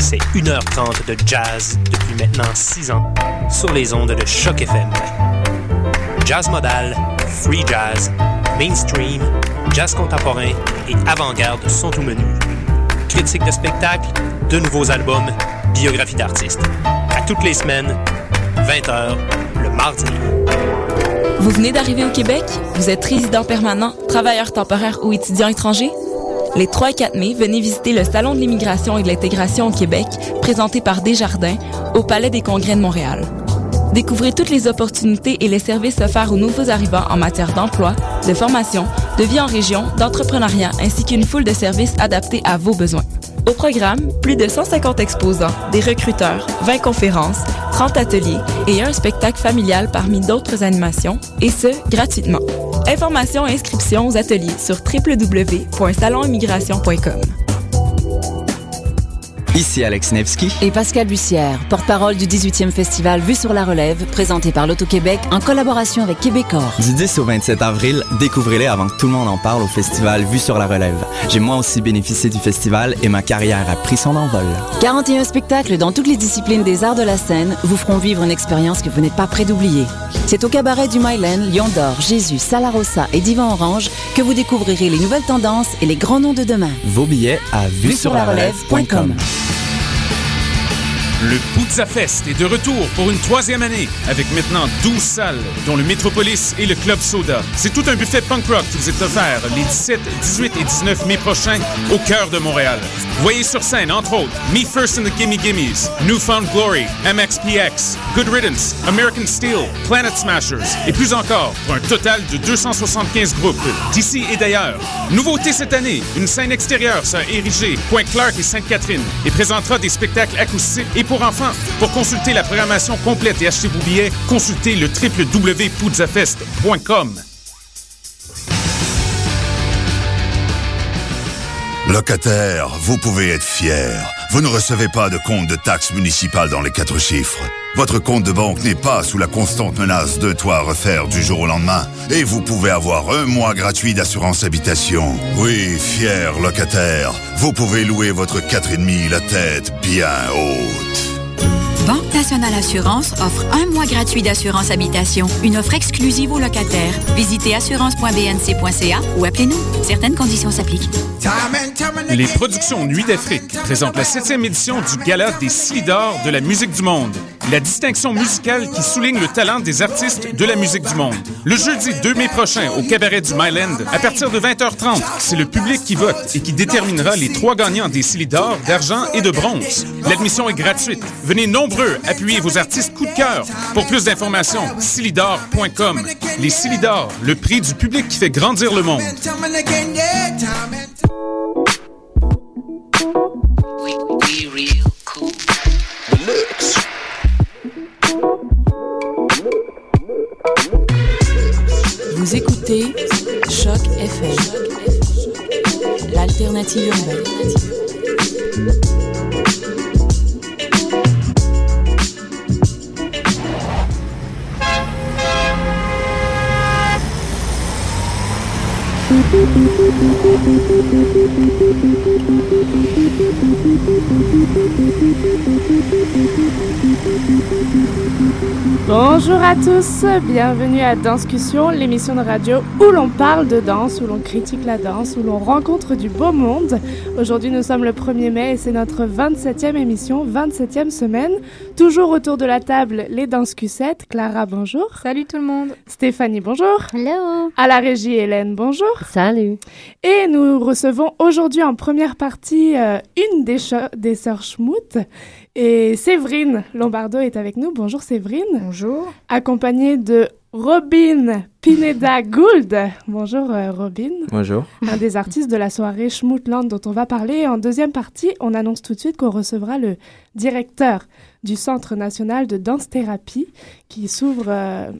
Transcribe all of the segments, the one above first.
C'est 1h30 de jazz depuis maintenant 6 ans sur les ondes de Choc FM. Jazz modal, free jazz, mainstream, jazz contemporain et avant-garde sont au menu. Critiques de spectacles, de nouveaux albums, biographies d'artistes. À toutes les semaines, 20h, le mardi. Vous venez d'arriver au Québec? Vous êtes résident permanent, travailleur temporaire ou étudiant étranger? Les 3 et 4 mai, venez visiter le Salon de l'immigration et de l'intégration au Québec, présenté par Desjardins, au Palais des Congrès de Montréal. Découvrez toutes les opportunités et les services offerts aux nouveaux arrivants en matière d'emploi, de formation, de vie en région, d'entrepreneuriat, ainsi qu'une foule de services adaptés à vos besoins. Au programme, plus de 150 exposants, des recruteurs, 20 conférences, 30 ateliers et un spectacle familial parmi d'autres animations, et ce, gratuitement. Informations et inscriptions aux ateliers sur www.salonimmigration.com. Ici Alex Nevsky et Pascal Bussière, porte-parole du 18e festival Vue sur la Relève, présenté par l'Auto-Québec en collaboration avec Québecor. Du 10 au 27 avril, découvrez-les avant que tout le monde en parle au festival Vue sur la Relève. J'ai moi aussi bénéficié du festival et ma carrière a pris son envol. 41 spectacles dans toutes les disciplines des arts de la scène vous feront vivre une expérience que vous n'êtes pas prêt d'oublier. C'est au cabaret du Myland, Lion d'Or, Jésus, Salarossa et Divan Orange que vous découvrirez les nouvelles tendances et les grands noms de demain. Vos billets à vuesurlarelève.com. Le Puzza Fest est de retour pour une 3e année, avec maintenant 12 salles, dont le Métropolis et le Club Soda. C'est tout un buffet punk rock qui vous est offert les 17, 18 et 19 mai prochains au cœur de Montréal. Voyez sur scène, entre autres, Me First and the Gimme Gimmes, Newfound Glory, MXPX, Good Riddance, American Steel, Planet Smashers et plus encore, pour un total de 275 groupes d'ici et d'ailleurs. Nouveauté cette année, une scène extérieure sera érigée, Pointe-Clark et Sainte-Catherine, et présentera des spectacles acoustiques et pour enfants. Pour consulter la programmation complète et acheter vos billets, consultez le www.puzzafest.com. Locataire, vous pouvez être fier. Vous ne recevez pas de compte de taxes municipales dans les 4 chiffres. Votre compte de banque n'est pas sous la constante menace de toit à refaire du jour au lendemain. Et vous pouvez avoir 1 mois gratuit d'assurance habitation. Oui, fier locataire, vous pouvez louer votre 4,5 la tête bien haute. Banque Nationale Assurance offre 1 mois gratuit d'assurance habitation. Une offre exclusive aux locataires. Visitez assurance.bnc.ca ou appelez-nous. Certaines conditions s'appliquent. Les productions Nuit d'Afrique présentent la 7e édition du Gala des Silidor de la musique du monde. La distinction musicale qui souligne le talent des artistes de la musique du monde. Le jeudi 2 mai prochain au cabaret du Myland, à partir de 20h30, c'est le public qui vote et qui déterminera les 3 gagnants des Silidor d'argent et de bronze. L'admission est gratuite. Venez nombreux appuyer vos artistes coup de cœur. Pour plus d'informations, silidor.com. Les Silidor, le prix du public qui fait grandir le monde. Vous écoutez Choc FM, l'alternative urbaine. Bonjour à tous, bienvenue à Danscussion, l'émission de radio où l'on parle de danse, où l'on critique la danse, où l'on rencontre du beau monde. Aujourd'hui nous sommes le 1er mai et c'est notre 27e émission, 27e semaine. Toujours autour de la table, les Danscussettes. Clara, bonjour. Salut tout le monde. Stéphanie, bonjour. Hello. À la régie, Hélène, bonjour. Salut. Et nous recevons aujourd'hui en première partie une des sœurs Schmout. Et Séverine Lombardo est avec nous. Bonjour Séverine. Bonjour. Accompagnée de Robin Pineda Gould. Bonjour Robin. Bonjour. Un des artistes de la soirée Schmoutland dont on va parler. Et en deuxième partie, on annonce tout de suite qu'on recevra le directeur du Centre national de danse-thérapie qui s'ouvre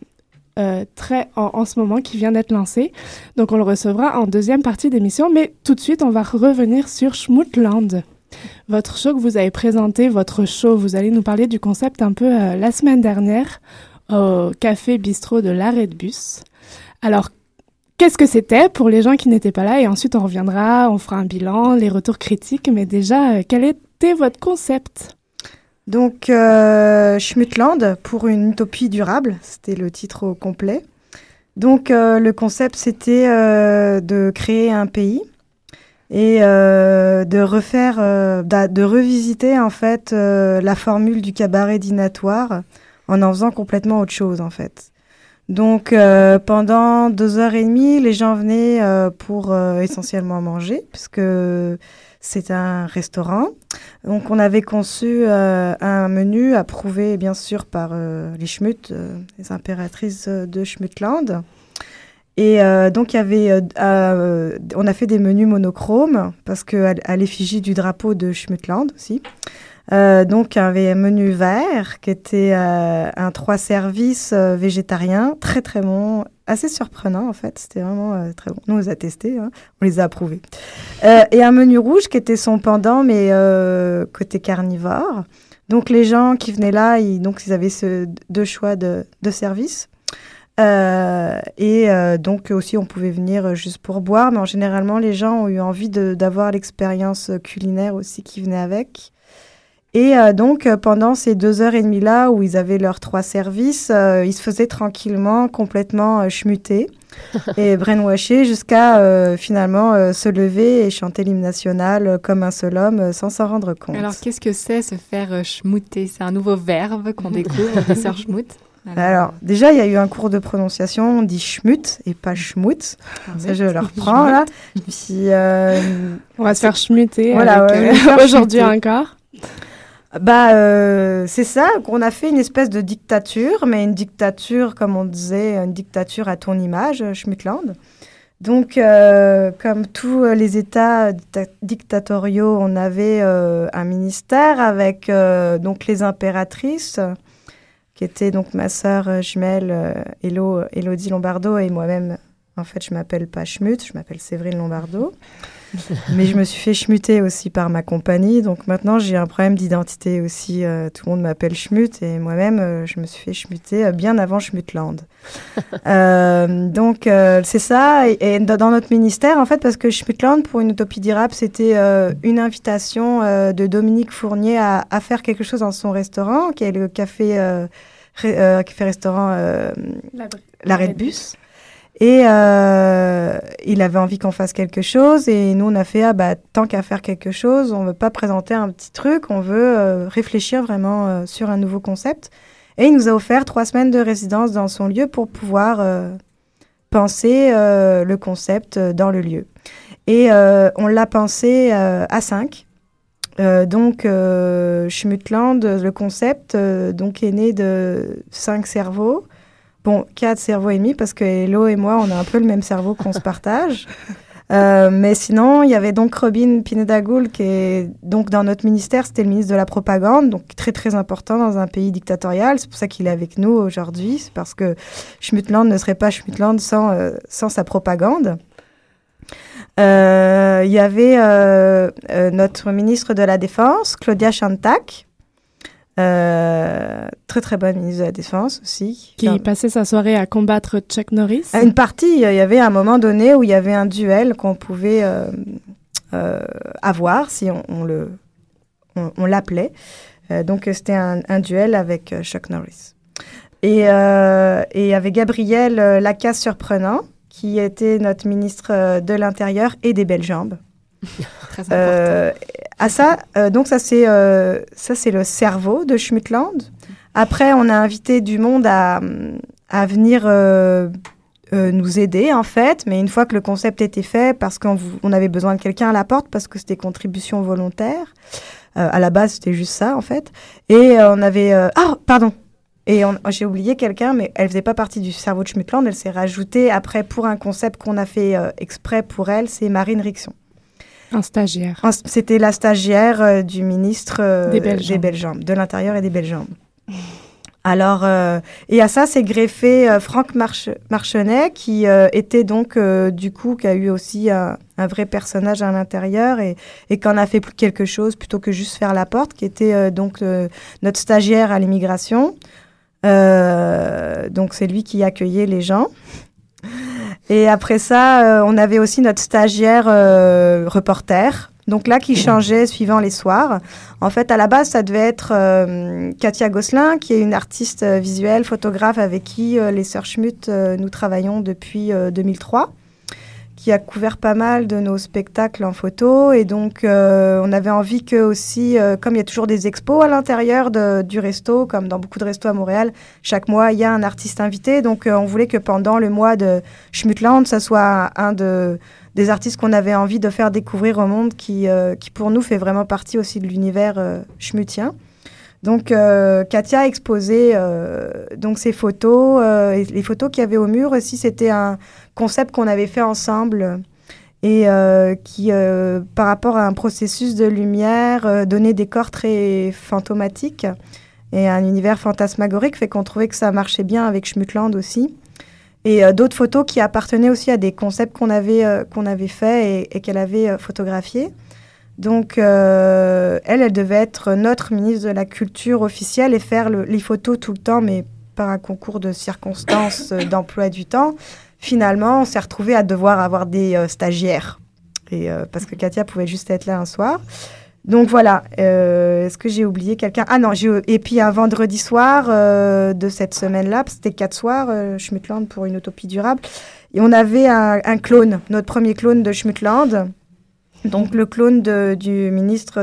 en ce moment, qui vient d'être lancé. Donc on le recevra en deuxième partie d'émission. Mais tout de suite, on va revenir sur Schmoutland. Votre show que vous avez présenté, vous allez nous parler du concept un peu la semaine dernière au Café Bistrot de l'Arrêt de Bus. Alors, qu'est-ce que c'était pour les gens qui n'étaient pas là? Et ensuite, on reviendra, on fera un bilan, les retours critiques. Mais déjà, quel était votre concept? Donc, Schmutland pour une utopie durable, c'était le titre au complet. Donc, le concept, c'était de créer un pays et de revisiter en fait la formule du cabaret dînatoire en faisant complètement autre chose en fait. Donc, pendant 2h30, les gens venaient pour essentiellement manger, puisque c'est un restaurant. Donc, on avait conçu un menu approuvé, bien sûr, par les Schmutt, les impératrices de Schmutland. Et donc, il y avait, on a fait des menus monochromes, parce qu'à l'effigie du drapeau de Schmutland aussi. Donc, il y avait un menu vert qui était un 3 services végétarien, très très bon, assez surprenant en fait, c'était vraiment très bon. Nous, on les a testés, hein. On les a approuvés. Et un menu rouge qui était son pendant, mais côté carnivore. Donc, les gens qui venaient là, ils avaient deux choix de services. Donc aussi, on pouvait venir juste pour boire, mais généralement, les gens ont eu envie d'avoir l'expérience culinaire aussi qui venait avec. Et donc, pendant ces 2h30-là où ils avaient leurs 3 services, ils se faisaient tranquillement, complètement schmutter et brainwasher jusqu'à finalement se lever et chanter l'hymne national comme un seul homme sans s'en rendre compte. Alors, qu'est-ce que c'est se faire schmutter? C'est un nouveau verbe qu'on découvre, des sœurs schmutt. Alors, déjà, il y a eu un cours de prononciation, on dit schmut et pas schmut. Ça, je le reprends, là. Puis, on va se faire schmutter voilà, aujourd'hui encore. C'est ça, qu'on a fait une espèce de dictature, mais une dictature, comme on disait, une dictature à ton image, Schmutland. Donc, comme tous les États dictatoriaux, on avait un ministère avec donc les impératrices, qui était donc ma sœur jumelle Élodie Lombardo, et moi-même, en fait, je m'appelle pas Schmutt, je m'appelle Séverine Lombardo. Mais je me suis fait schmutter aussi par ma compagnie, donc maintenant j'ai un problème d'identité aussi. Tout le monde m'appelle Schmutt et moi-même je me suis fait schmutter bien avant Schmutland. Donc c'est ça, et dans notre ministère en fait, parce que Schmutland pour une utopie durable, c'était une invitation de Dominique Fournier à faire quelque chose dans son restaurant, qui est le café-restaurant L'Arrêt de Bus. Et il avait envie qu'on fasse quelque chose, et nous on a fait tant qu'à faire quelque chose, on veut pas présenter un petit truc, on veut réfléchir vraiment sur un nouveau concept. Et il nous a offert 3 semaines de résidence dans son lieu pour pouvoir penser le concept dans le lieu. Et on l'a pensé à 5. Donc Schmutland, le concept donc est né de 5 cerveaux. Bon, 4 cerveaux et demi, parce que Hello et moi, on a un peu le même cerveau qu'on se partage. Mais sinon, il y avait donc Robin Pineda-Gould, qui est donc dans notre ministère, c'était le ministre de la propagande, donc très très important dans un pays dictatorial. C'est pour ça qu'il est avec nous aujourd'hui, c'est parce que Schmutland ne serait pas Schmutland sans sa propagande. Il y avait notre ministre de la Défense, Claudia Chantak, très très bonne ministre de la Défense aussi. Qui passait sa soirée à combattre Chuck Norris. Une partie, il y avait un moment donné où il y avait un duel qu'on pouvait avoir si on l'appelait. Donc c'était un duel avec Chuck Norris. Et il y avait Gabriel Lacasse-Surprenant, qui était notre ministre de l'Intérieur et des belles jambes. Très important. Donc ça c'est le cerveau de Schmutland. Après, on a invité du monde à venir nous aider en fait, mais une fois que le concept était fait, parce qu'on avait besoin de quelqu'un à la porte, parce que c'était contribution volontaire. À la base, c'était juste ça en fait. Et on avait Et j'ai oublié quelqu'un, mais elle faisait pas partie du cerveau de Schmutland. Elle s'est rajoutée après pour un concept qu'on a fait exprès pour elle. C'est Marine Rixon. Un stagiaire. C'était la stagiaire du ministre des Belles Jambes, de l'Intérieur et des Belles Jambes. Alors, et à ça, c'est greffé Franck Marchenet, qui était donc, du coup, qui a eu aussi un vrai personnage à l'intérieur et qui en a fait quelque chose plutôt que juste faire la porte, qui était donc notre stagiaire à l'immigration. Donc, c'est lui qui accueillait les gens. Et après ça, on avait aussi notre stagiaire reporter. Donc là, qui changeait suivant les soirs. En fait, à la base, ça devait être Katia Gosselin, qui est une artiste visuelle, photographe avec qui les Sœurs Schmutt, nous travaillons depuis 2003, qui a couvert pas mal de nos spectacles en photo. Et donc, on avait envie que aussi, comme il y a toujours des expos à l'intérieur du resto, comme dans beaucoup de restos à Montréal, chaque mois, il y a un artiste invité. Donc, on voulait que pendant le mois de Schmuttland, ça soit un des artistes qu'on avait envie de faire découvrir au monde, qui pour nous fait vraiment partie aussi de l'univers schmuttien. Donc, Katia a exposé donc ses photos, et les photos qu'il y avait au mur aussi, c'était un concept qu'on avait fait ensemble et qui, par rapport à un processus de lumière, donnait des corps très fantomatiques et un univers fantasmagorique, fait qu'on trouvait que ça marchait bien avec Schmuttland aussi. Et d'autres photos qui appartenaient aussi à des concepts qu'on avait faits et qu'elle avait photographiés. Donc, elle devait être notre ministre de la Culture officielle et faire les photos tout le temps, mais par un concours de circonstances d'emploi du temps. Finalement, on s'est retrouvés à devoir avoir des stagiaires, parce que Katia pouvait juste être là un soir. Donc voilà, est-ce que j'ai oublié quelqu'un? Ah non, et puis un vendredi soir de cette semaine-là, parce que c'était 4 soirs, Schmuttland pour une utopie durable, et on avait un clone, notre premier clone de Schmuttland, donc le clone du ministre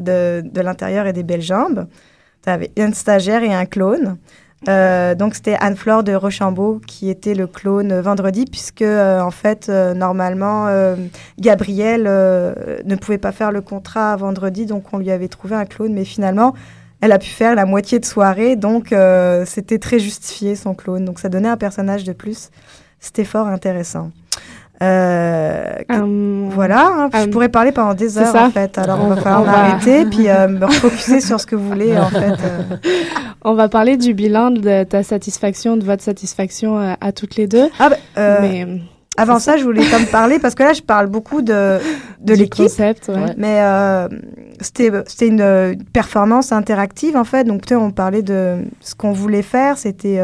de l'Intérieur et des Belles Jambes. Tu avais un stagiaire et un clone. Donc c'était Anne-Flore de Rochambeau qui était le clone vendredi, puisque en fait normalement Gabrielle ne pouvait pas faire le contrat vendredi, donc on lui avait trouvé un clone, mais finalement elle a pu faire la moitié de soirée, donc c'était très justifié son clone, donc ça donnait un personnage de plus. C'était fort intéressant. Voilà, je pourrais parler pendant des heures en fait, alors on va falloir m'arrêter puis me refocuser sur ce que vous voulez en fait. On va parler du bilan de ta satisfaction, de votre satisfaction à toutes les deux. Mais avant ça, je voulais comme parler, parce que là je parle beaucoup de l'équipe, concept, ouais. Mais c'était une performance interactive en fait, donc on parlait de ce qu'on voulait faire, c'était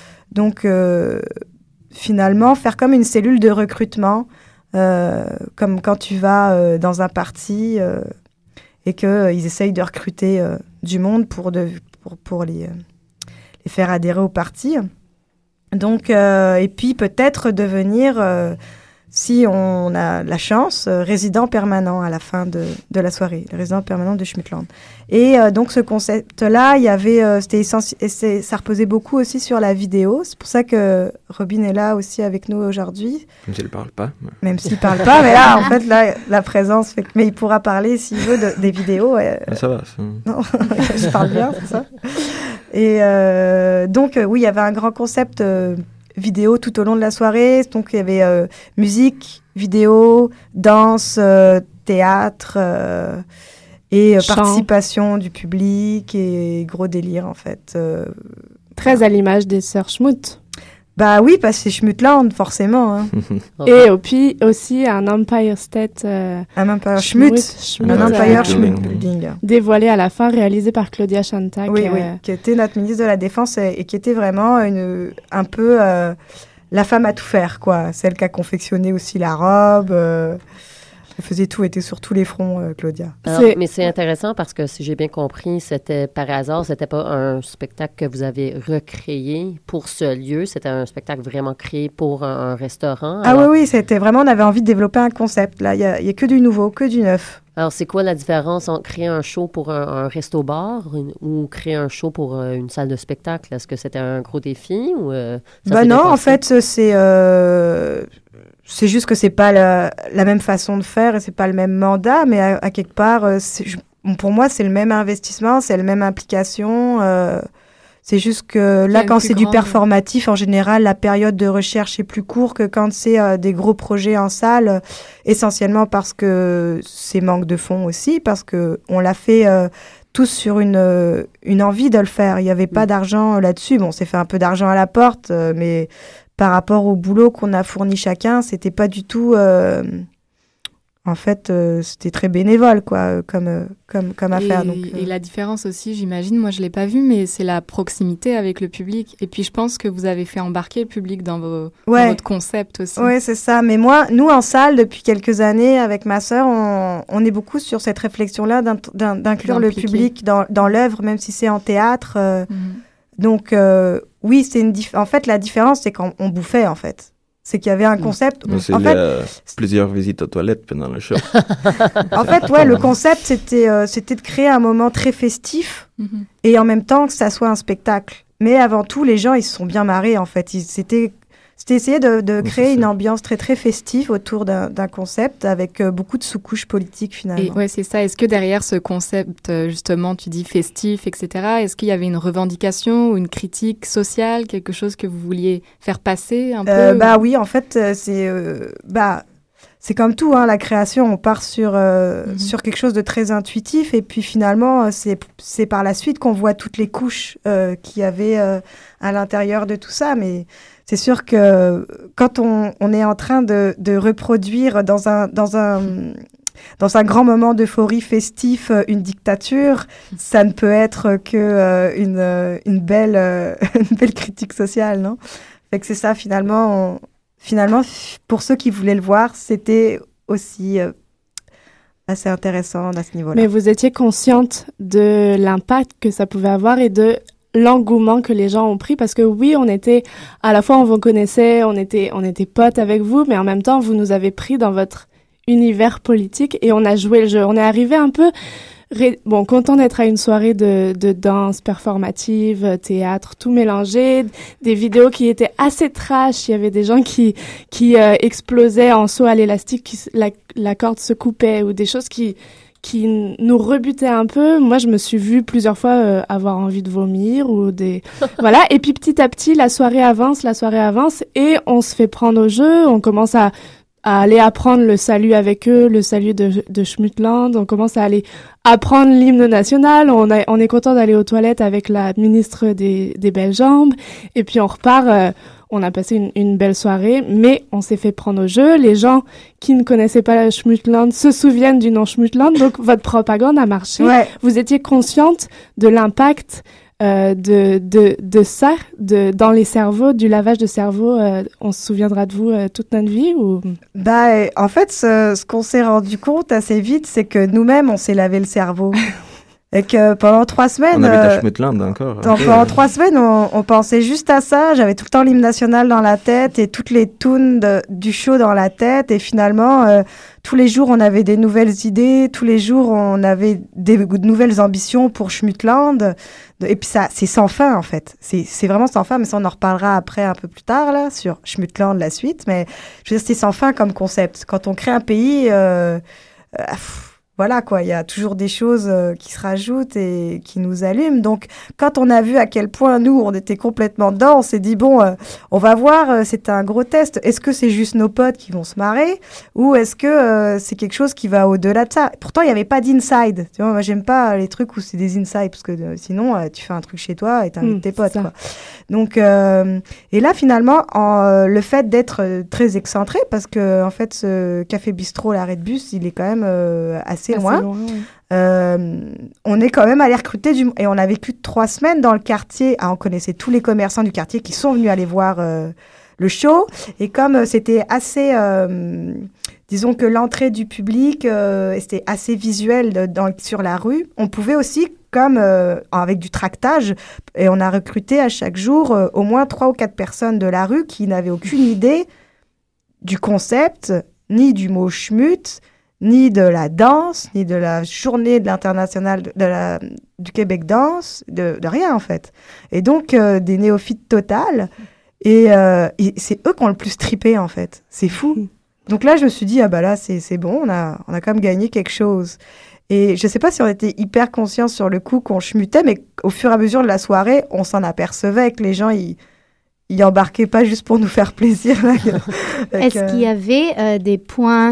finalement faire comme une cellule de recrutement, comme quand tu vas dans un parti et qu'ils essayent de recruter du monde pour les faire adhérer au parti. Donc, et puis peut-être devenir, si on a la chance, résident permanent à la fin de la soirée, le résident permanent de Schmuttland. Et donc ce concept-là, il y avait, ça reposait beaucoup aussi sur la vidéo. C'est pour ça que Robin est là aussi avec nous aujourd'hui. Même s'il ne parle pas. Même s'il ne parle pas, mais là, en fait, là, la présence fait que... Mais il pourra parler s'il veut des vidéos. Ça va. Non, je parle bien, c'est ça. Et donc, oui, il y avait un grand concept vidéo tout au long de la soirée. Donc, il y avait musique, vidéo, danse, théâtre et participation du public et gros délire, en fait. Très à l'image des Sœurs Schmutt. Bah oui, parce que c'est Schmuttland, forcément. Hein. Et puis aussi un Empire State... un Empire Schmutt. Un Empire Schmutt Building. Dévoilé à la fin, réalisé par Claudia Chantac. Oui, qui était notre ministre de la Défense et qui était vraiment un peu la femme à tout faire, quoi. Celle qui a confectionné aussi la robe... Elle faisait tout, était sur tous les fronts, Claudia. Alors, mais c'est intéressant parce que, si j'ai bien compris, c'était par hasard, c'était pas un spectacle que vous avez recréé pour ce lieu, c'était un spectacle vraiment créé pour un restaurant. Alors... Ah oui, c'était vraiment, on avait envie de développer un concept. Là, il y a que du nouveau, que du neuf. Alors, c'est quoi la différence entre créer un show pour un resto-bar ou créer un show pour une salle de spectacle? Est-ce que c'était un gros défi ou non, en fait, c'est juste que c'est pas la même façon de faire et c'est pas le même mandat, mais à quelque part, pour moi, c'est le même investissement, c'est la même implication. C'est juste que là, quand c'est du performatif, en général, la période de recherche est plus courte que quand c'est des gros projets en salle, essentiellement parce que c'est manque de fonds aussi, parce que on l'a fait tous sur une envie de le faire. Il n'y avait pas d'argent là-dessus. Bon, on s'est fait un peu d'argent à la porte, mais par rapport au boulot qu'on a fourni chacun, c'était pas du tout... en fait, c'était très bénévole, quoi, comme affaire. Donc, et la différence aussi, j'imagine, moi je l'ai pas vu, mais c'est la proximité avec le public. Et puis je pense que vous avez fait embarquer le public dans votre concept aussi. Oui, c'est ça. Mais nous, en salle, depuis quelques années, avec ma sœur, on est beaucoup sur cette réflexion-là d'inclure le public dans l'œuvre, même si c'est en théâtre. Donc, oui, en fait, la différence, c'est quand on bouffait, en fait. C'est qu'il y avait un concept. En fait, plusieurs visites aux toilettes pendant le show. En fait, le concept, c'était de créer un moment très festif et en même temps que ça soit un spectacle. Mais avant tout, les gens, ils se sont bien marrés, en fait. C'était essayer de créer une ambiance très, très festive autour d'un concept avec beaucoup de sous-couches politiques, finalement. Et c'est ça. Est-ce que derrière ce concept, justement, tu dis festif, etc., est-ce qu'il y avait une revendication ou une critique sociale, quelque chose que vous vouliez faire passer un peu? Oui, en fait, c'est comme tout, hein, la création, on part sur quelque chose de très intuitif et puis finalement, c'est par la suite qu'on voit toutes les couches qu'il y avait à l'intérieur de tout ça, mais c'est sûr que quand on est en train de reproduire dans un grand moment d'euphorie festif une dictature, ça ne peut être que une belle critique sociale, non? Fait que c'est ça, finalement, pour ceux qui voulaient le voir, c'était aussi assez intéressant à ce niveau-là. Mais vous étiez consciente de l'impact que ça pouvait avoir et de l'engouement que les gens ont pris, parce que oui, à la fois on vous connaissait, on était potes avec vous, mais en même temps vous nous avez pris dans votre univers politique et on a joué le jeu. On est arrivé un peu content d'être à une soirée de danse performative, théâtre, tout mélangé, des vidéos qui étaient assez trash. Il y avait des gens qui explosaient en saut à l'élastique, la corde se coupait, ou des choses qui nous rebutaient un peu. Moi, je me suis vue plusieurs fois avoir envie de vomir ou voilà. Et puis petit à petit, la soirée avance et on se fait prendre au jeu. On commence à aller apprendre le salut avec eux, le salut de Schmutland. On commence à aller apprendre l'hymne national. On est content d'aller aux toilettes avec la ministre des belles jambes. Et puis on repart. On a passé une belle soirée, mais on s'est fait prendre au jeu. Les gens qui ne connaissaient pas Schmutland se souviennent du nom Schmutland. Donc votre propagande a marché. Ouais. Vous étiez consciente de l'impact de ça dans les cerveaux, du lavage de cerveau. On se souviendra de vous toute notre vie, ou? En fait, ce qu'on s'est rendu compte assez vite, c'est que nous-mêmes, on s'est lavé le cerveau. Et que pendant 3 semaines... On habite à Schmutland encore. Pendant 3 semaines, on pensait juste à ça. J'avais tout le temps l'hymne national dans la tête et toutes les tunes du show dans la tête. Et finalement, tous les jours, on avait des nouvelles idées. Tous les jours, on avait de nouvelles ambitions pour Schmutland. Et puis ça, c'est sans fin, en fait. C'est vraiment sans fin, mais ça, on en reparlera après, un peu plus tard, là, sur Schmutland, la suite. Mais je veux dire, c'est sans fin comme concept. Quand on crée un pays... voilà, quoi, il y a toujours des choses qui se rajoutent et qui nous allument. Donc, quand on a vu à quel point, nous, on était complètement dedans, on s'est dit, on va voir, c'est un gros test. Est-ce que c'est juste nos potes qui vont se marrer, ou est-ce que c'est quelque chose qui va au-delà de ça? Pourtant, il n'y avait pas d'inside. Tu vois, moi, j'aime pas les trucs où c'est des insides, parce que sinon, tu fais un truc chez toi et t'invites tes potes, quoi. Donc, et là, finalement, le fait d'être très excentré, parce que, en fait, ce café bistrot, l'arrêt de bus, il est quand même assez loin. On est quand même allé recruter et on a vécu 3 semaines dans le quartier. On connaissait tous les commerçants du quartier qui sont venus aller voir le show. Et comme c'était assez... disons que l'entrée du public, c'était assez visuel sur la rue, on pouvait aussi, comme avec du tractage, et on a recruté à chaque jour au moins 3 ou 4 personnes de la rue qui n'avaient aucune idée du concept, ni du mot schmut, ni de la danse, ni de la journée de l'international du Québec danse, de rien, en fait. Et donc, des néophytes totales. Et c'est eux qui ont le plus trippé, en fait. C'est fou. Donc là, je me suis dit, là, c'est bon, on a quand même gagné quelque chose. Et je sais pas si on était hyper conscients sur le coup qu'on schmutait, mais au fur et à mesure de la soirée, on s'en apercevait que les gens, ils embarquaient pas juste pour nous faire plaisir. Là, Est-ce qu'il y avait des points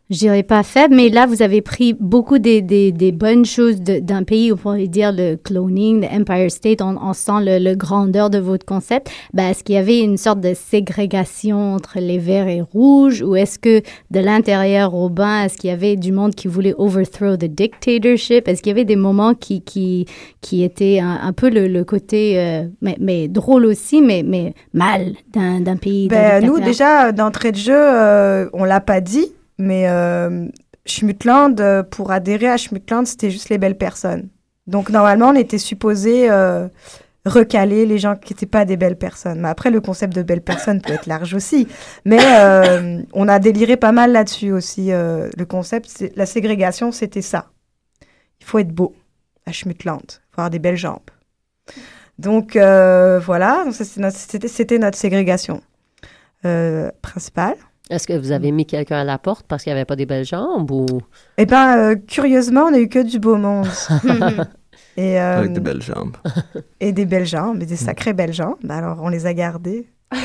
je dirais pas faible, mais là, vous avez pris beaucoup des bonnes choses d'un pays, on pourrait dire le cloning, le Empire State, on sent le grandeur de votre concept. Est-ce qu'il y avait une sorte de ségrégation entre les verts et rouges, ou est-ce que de l'intérieur au bain, est-ce qu'il y avait du monde qui voulait overthrow the dictatorship? Est-ce qu'il y avait des moments qui étaient un peu le côté, mais drôle aussi, mais mal d'un pays? Nous, déjà, d'entrée de jeu, on l'a pas dit, mais Schmutland, pour adhérer à Schmutland, c'était juste les belles personnes. Donc, normalement, on était supposé recaler les gens qui n'étaient pas des belles personnes. Mais après, le concept de belles personnes peut être large aussi. Mais on a déliré pas mal là-dessus aussi. Le concept, la ségrégation, c'était ça. Il faut être beau à Schmutland. Il faut avoir des belles jambes. Donc, voilà. C'était notre ségrégation principale. Est-ce que vous avez mis quelqu'un à la porte parce qu'il n'y avait pas des belles jambes ou... Eh bien, curieusement, on n'a eu que du beau monde. Avec des belles jambes. Et des belles jambes, et des sacrées belles jambes. Alors, on les a gardées.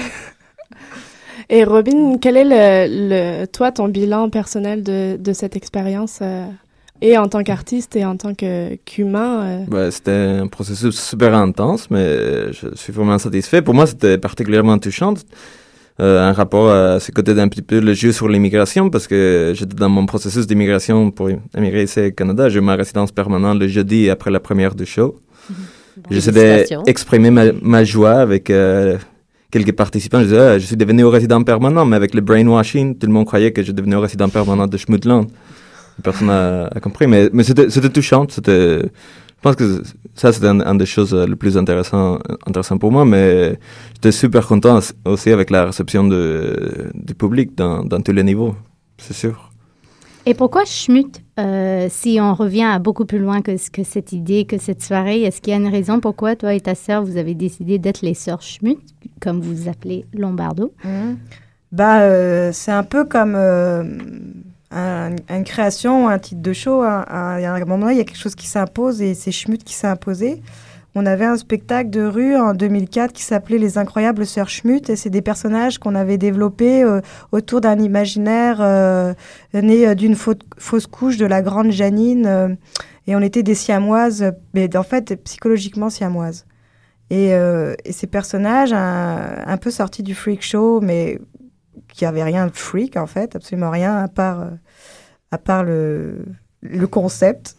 Et Robin, quel est toi, ton bilan personnel de cette expérience et en tant qu'artiste et en tant qu'humain? C'était un processus super intense, mais je suis vraiment satisfait. Pour moi, c'était particulièrement touchant. Un rapport à ce côté d'un petit peu le jeu sur l'immigration, parce que j'étais dans mon processus d'immigration pour émigrer ici au Canada. J'ai eu ma résidence permanente le jeudi après la première du show. J'essayais d'exprimer ma joie avec quelques participants. Je disais, je suis devenu résident permanent, mais avec le brainwashing, tout le monde croyait que je devenais résident permanent de Schmutland. Personne n'a compris, mais c'était touchant. Je pense que ça, c'était une des choses les plus intéressantes pour moi, mais j'étais super content aussi avec la réception du public dans tous les niveaux, c'est sûr. Et pourquoi Schmut, si on revient à beaucoup plus loin que cette idée, que cette soirée, est-ce qu'il y a une raison pourquoi toi et ta sœur, vous avez décidé d'être les sœurs Schmut, comme vous appelez Lombardo? C'est un peu comme... une création, un titre de show, il y a un moment, il y a quelque chose qui s'impose et c'est Schmut qui s'est imposé. On avait un spectacle de rue en 2004 qui s'appelait Les Incroyables Sœurs Schmut et c'est des personnages qu'on avait développés autour d'un imaginaire né d'une fausse couche de la grande Janine et on était des siamoises, mais en fait psychologiquement siamoises. Et ces personnages, un peu sortis du freak show, mais qui avait rien de freak en fait, absolument rien à part le concept.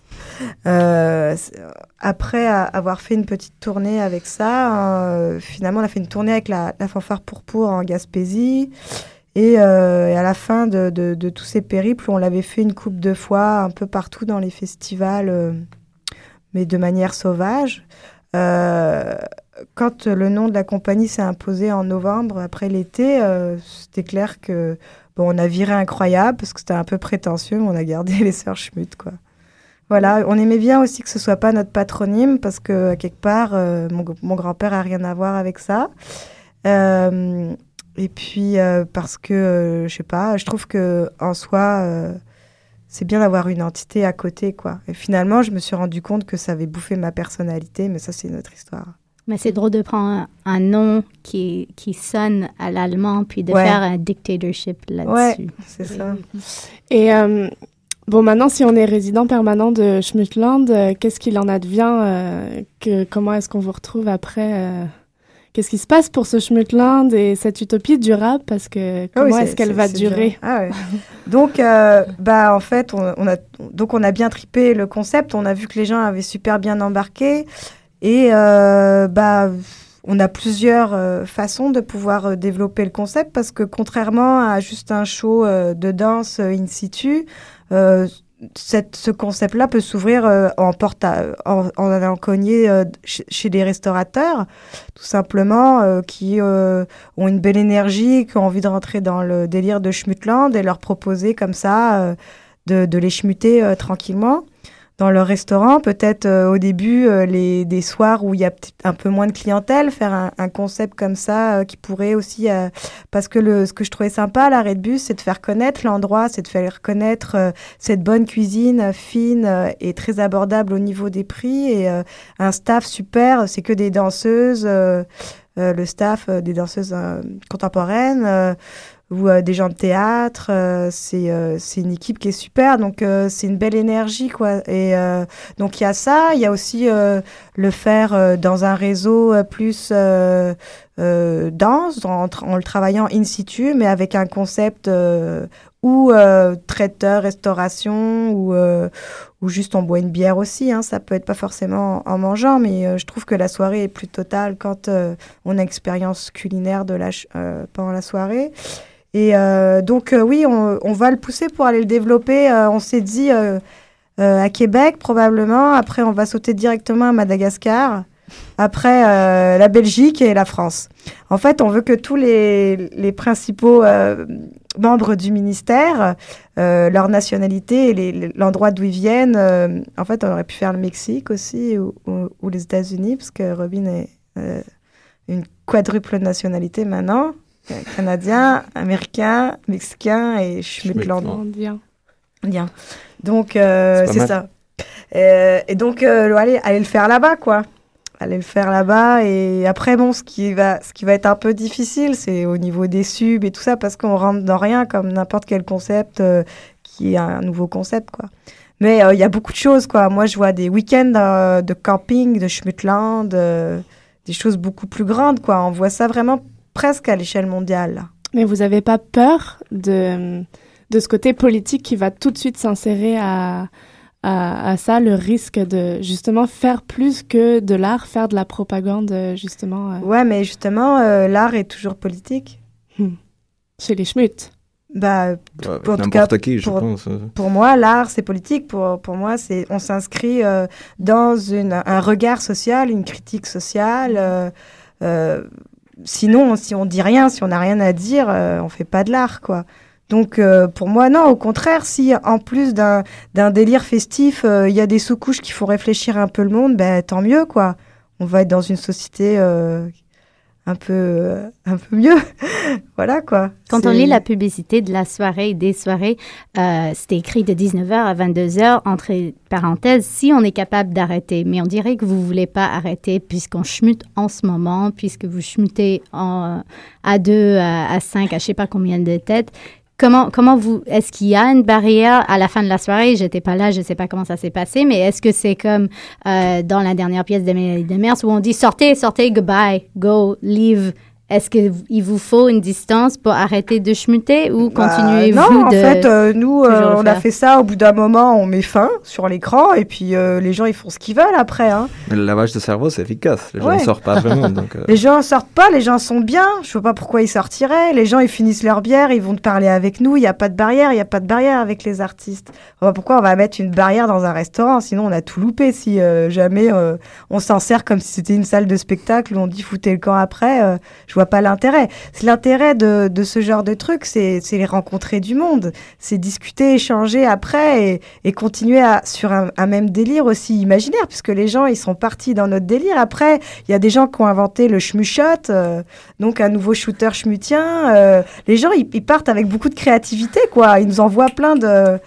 Après avoir fait une petite tournée avec ça, finalement on a fait une tournée avec la fanfare Pourpour en Gaspésie et à la fin de tous ces périples, on l'avait fait une couple de fois un peu partout dans les festivals, mais de manière sauvage. Quand le nom de la compagnie s'est imposé en novembre, après l'été, c'était clair que on a viré Incroyable parce que c'était un peu prétentieux, mais on a gardé les sœurs Schmut, quoi. Voilà, on aimait bien aussi que ce soit pas notre patronyme parce que quelque part, mon grand-père a rien à voir avec ça. Et puis parce que je sais pas, je trouve que en soi, c'est bien d'avoir une entité à côté, quoi. Et finalement, je me suis rendu compte que ça avait bouffé ma personnalité, mais ça c'est une autre histoire. Mais c'est drôle de prendre un nom qui sonne à l'allemand, puis de faire un dictatorship là-dessus. Ouais, c'est ça. Et maintenant, si on est résident permanent de Schmutland, qu'est-ce qu'il en advient? Comment est-ce qu'on vous retrouve après? Qu'est-ce qui se passe pour ce Schmutland et cette utopie durable? Parce que comment est-ce qu'elle va durer? Donc, en fait, on a bien trippé le concept. On a vu que les gens avaient super bien embarqué. Et on a plusieurs façons de pouvoir développer le concept parce que contrairement à juste un show de danse in situ, ce concept-là peut s'ouvrir en allant cogner chez des restaurateurs, tout simplement, qui ont une belle énergie, qui ont envie de rentrer dans le délire de Schmutland et leur proposer comme ça de les schmuter tranquillement. Dans leur restaurant, peut-être au début, des soirs où il y a peut-être un peu moins de clientèle, faire un concept comme ça qui pourrait aussi... parce que ce que je trouvais sympa à l'Arrêt de Bus, c'est de faire connaître l'endroit, c'est de faire connaître cette bonne cuisine fine et très abordable au niveau des prix et un staff super, c'est que des danseuses... le staff des danseuses contemporaines, ou des gens de théâtre. C'est une équipe qui est super, donc c'est une belle énergie, quoi. Et donc il y a ça, il y a aussi le faire dans un réseau plus dense, en le travaillant in situ, mais avec un concept ou traiteur, restauration, ou juste on boit une bière aussi. Hein. Ça peut être pas forcément en mangeant, mais je trouve que la soirée est plus totale quand on a expérience culinaire pendant la soirée. Et donc oui, on va le pousser pour aller le développer. On s'est dit à Québec probablement. Après, on va sauter directement à Madagascar. Après, la Belgique et la France. En fait, on veut que tous les principaux membres du ministère, leur nationalité et l'endroit d'où ils viennent. En fait, on aurait pu faire le Mexique aussi ou les États-Unis, parce que Robin est une quadruple nationalité maintenant. Canadien, américain, mexicain et schmittlandien. Donc, c'est ça. Et donc, aller le faire là-bas, quoi. Aller le faire là-bas. Et après, bon, ce qui va être un peu difficile, c'est au niveau des subs et tout ça, parce qu'on rentre dans rien comme n'importe quel concept qui est un nouveau concept, quoi. Mais il y a beaucoup de choses, quoi. Moi, je vois des week-ends de camping, de Schmittland, des choses beaucoup plus grandes, quoi. On voit ça vraiment presque à l'échelle mondiale, là. Mais vous n'avez pas peur de ce côté politique qui va tout de suite s'insérer à ça, le risque de justement faire plus que de l'art, faire de la propagande, justement. Ouais, mais justement, l'art est toujours politique. Chez les Schmitt. Bah, en tout cas, qui, je pense. Pour moi, l'art, c'est politique. Pour moi, on s'inscrit dans un regard social, une critique sociale. Sinon, si on dit rien, si on n'a rien à dire, on fait pas de l'art, quoi. Donc, pour moi, non, au contraire, si en plus d'un délire festif, il y a des sous-couches qui font réfléchir un peu le monde, ben tant mieux, quoi. On va être dans une société un peu mieux. Voilà, quoi. Quand on lit la publicité de la soirée et des soirées, c'était écrit de 19h à 22h, entre parenthèses, si on est capable d'arrêter. Mais on dirait que vous ne voulez pas arrêter puisqu'on schmute en ce moment, puisque vous schmutez à 2, à 5, à je ne sais pas combien de têtes. Est-ce qu'il y a une barrière à la fin de la soirée? J'étais pas là, je sais pas comment ça s'est passé, mais est-ce que c'est comme dans la dernière pièce de Mélanie Demers où on dit sortez, goodbye, go, leave? Est-ce qu'il vous faut une distance pour arrêter de schmuter ou continuez-vous Non, en fait, nous, on a fait ça. Au bout d'un moment, on met fin sur l'écran et puis les gens, ils font ce qu'ils veulent après. Hein. Mais le lavage de cerveau, c'est efficace. Les gens ne sortent pas vraiment. Donc, Les gens ne sortent pas, les gens sont bien. Je ne vois pas pourquoi ils sortiraient. Les gens, ils finissent leur bière, ils vont te parler avec nous. Il n'y a pas de barrière, avec les artistes. Pourquoi on va mettre une barrière dans un restaurant? Sinon, on a tout loupé si jamais on s'en sert comme si c'était une salle de spectacle où on dit foutez le camp après. Je vois pas l'intérêt. L'intérêt de ce genre de truc, c'est les rencontrer du monde, c'est discuter, échanger après et continuer sur un même délire aussi imaginaire, puisque les gens, ils sont partis dans notre délire. Après, il y a des gens qui ont inventé le schmushot, donc un nouveau shooter schmutien. Les gens, ils partent avec beaucoup de créativité, quoi. Ils nous envoient plein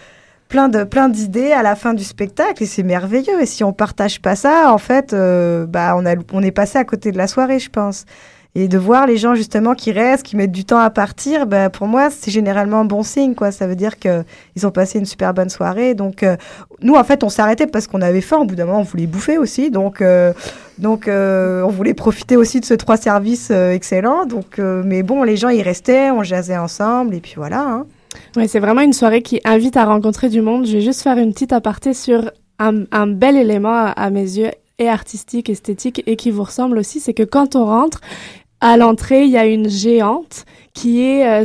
d'idées à la fin du spectacle et c'est merveilleux. Et si on partage pas ça, en fait, on est passé à côté de la soirée, je pense. Et de voir les gens justement qui restent, qui mettent du temps à partir, pour moi, c'est généralement bon signe, quoi. Ça veut dire qu'ils ont passé une super bonne soirée. Donc, nous, en fait, on s'est arrêté parce qu'on avait faim. Au bout d'un moment, on voulait bouffer aussi. Donc, on voulait profiter aussi de ce 3 services excellent. Donc, mais bon, les gens, ils restaient, on jasait ensemble et puis voilà. Hein. Oui, c'est vraiment une soirée qui invite à rencontrer du monde. Je vais juste faire une petite aparté sur un bel élément à mes yeux, et artistique, esthétique, et qui vous ressemble aussi, c'est que quand on rentre, à l'entrée, il y a une géante qui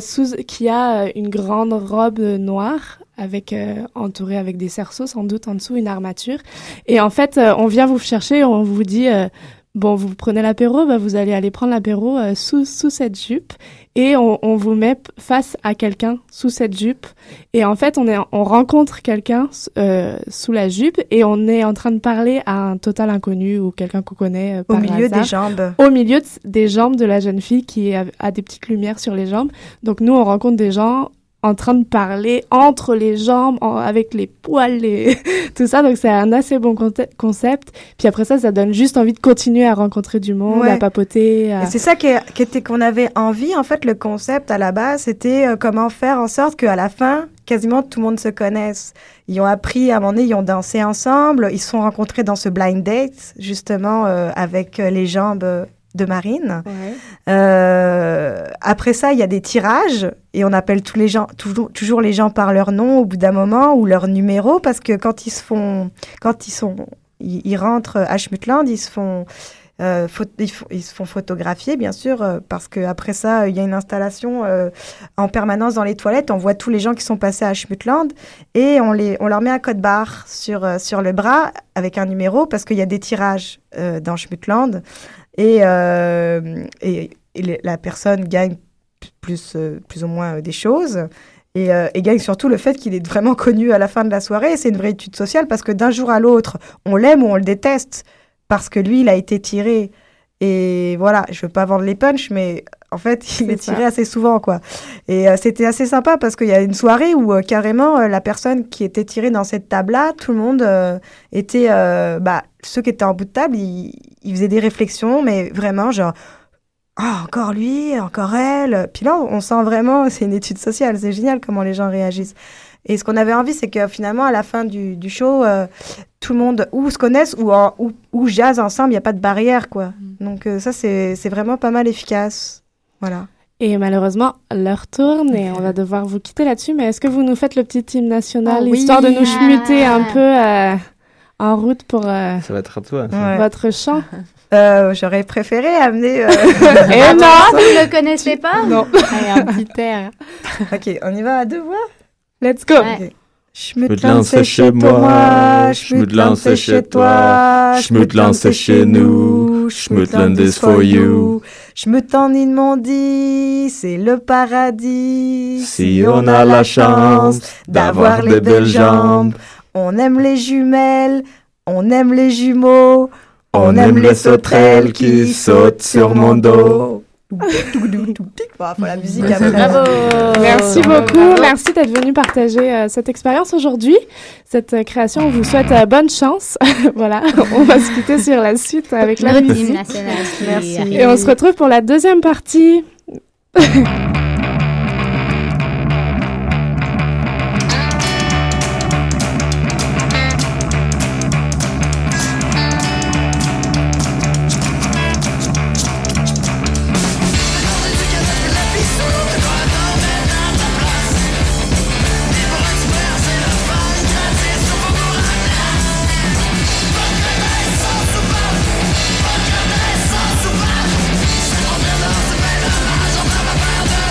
a une grande robe noire entourée avec des cerceaux, sans doute en dessous, une armature. Et en fait, on vient vous chercher, on vous dit, bon, vous prenez l'apéro, vous allez aller prendre l'apéro sous cette jupe. Et on vous met face à quelqu'un sous cette jupe. Et en fait, on rencontre quelqu'un sous la jupe et on est en train de parler à un total inconnu ou quelqu'un qu'on connaît par hasard. Au milieu des jambes. Au milieu des jambes de la jeune fille qui a des petites lumières sur les jambes. Donc nous, on rencontre des gens en train de parler entre les jambes, avec les poils, tout ça. Donc, c'est un assez bon concept. Puis après ça donne juste envie de continuer à rencontrer du monde, à papoter. Et c'est ça qu'on avait envie. En fait, le concept, à la base, c'était comment faire en sorte qu'à la fin, quasiment tout le monde se connaisse. Ils ont appris, à un moment donné, ils ont dansé ensemble. Ils se sont rencontrés dans ce blind date, justement, avec les jambes de Marine. Après ça, il y a des tirages et on appelle tous les gens, toujours les gens par leur nom au bout d'un moment ou leur numéro, parce que quand ils rentrent à Schmutland, ils se font photographier, bien sûr, parce qu'après ça, il y a une installation en permanence dans les toilettes. On voit tous les gens qui sont passés à Schmutland et on leur met un code barre sur le bras avec un numéro, parce qu'il y a des tirages dans Schmutland. Et la personne gagne plus ou moins des choses et gagne surtout le fait qu'il est vraiment connu à la fin de la soirée. C'est une vraie étude sociale, parce que d'un jour à l'autre, on l'aime ou on le déteste parce que lui, il a été tiré. Et voilà, je veux pas vendre les punchs, mais en fait, il est tiré assez souvent, quoi. Et c'était assez sympa, parce qu'il y a une soirée où carrément la personne qui était tirée dans cette table-là, tout le monde était... ceux qui étaient en bout de table, ils faisaient des réflexions, mais vraiment genre... encore lui, encore elle. Puis là, on sent vraiment... C'est une étude sociale, c'est génial comment les gens réagissent. Et ce qu'on avait envie, c'est que finalement, à la fin du show, tout le monde ou se connaisse ou jazz ensemble, il n'y a pas de barrière, quoi. Donc ça, c'est vraiment pas mal efficace. Voilà. Et malheureusement, l'heure tourne et on va devoir vous quitter là-dessus. Mais est-ce que vous nous faites le petit hymne national, histoire de nous schmuter un peu en route pour ça va être à toi, votre chant? J'aurais préféré amener... Et non, vous ne le connaissez pas? Non. Allez, un petit air. Ok, on y va à deux voix? Let's go. Okay. Schmutland, c'est chez moi, Schmutland, c'est chez toi, Schmutland, c'est chez nous, Schmutland is for you. Schmutland m'ont dit, c'est le paradis, si on a la chance d'avoir les belles jambes. On aime les jumelles, on aime les jumeaux, on aime les sauterelles qui sautent sur mon dos. La musique après. Bravo. Merci beaucoup. Merci d'être venu partager cette expérience aujourd'hui, cette création. On vous souhaite bonne chance. Voilà, on va se quitter sur la suite avec la musique. Merci. Et on se retrouve pour la deuxième partie. Pas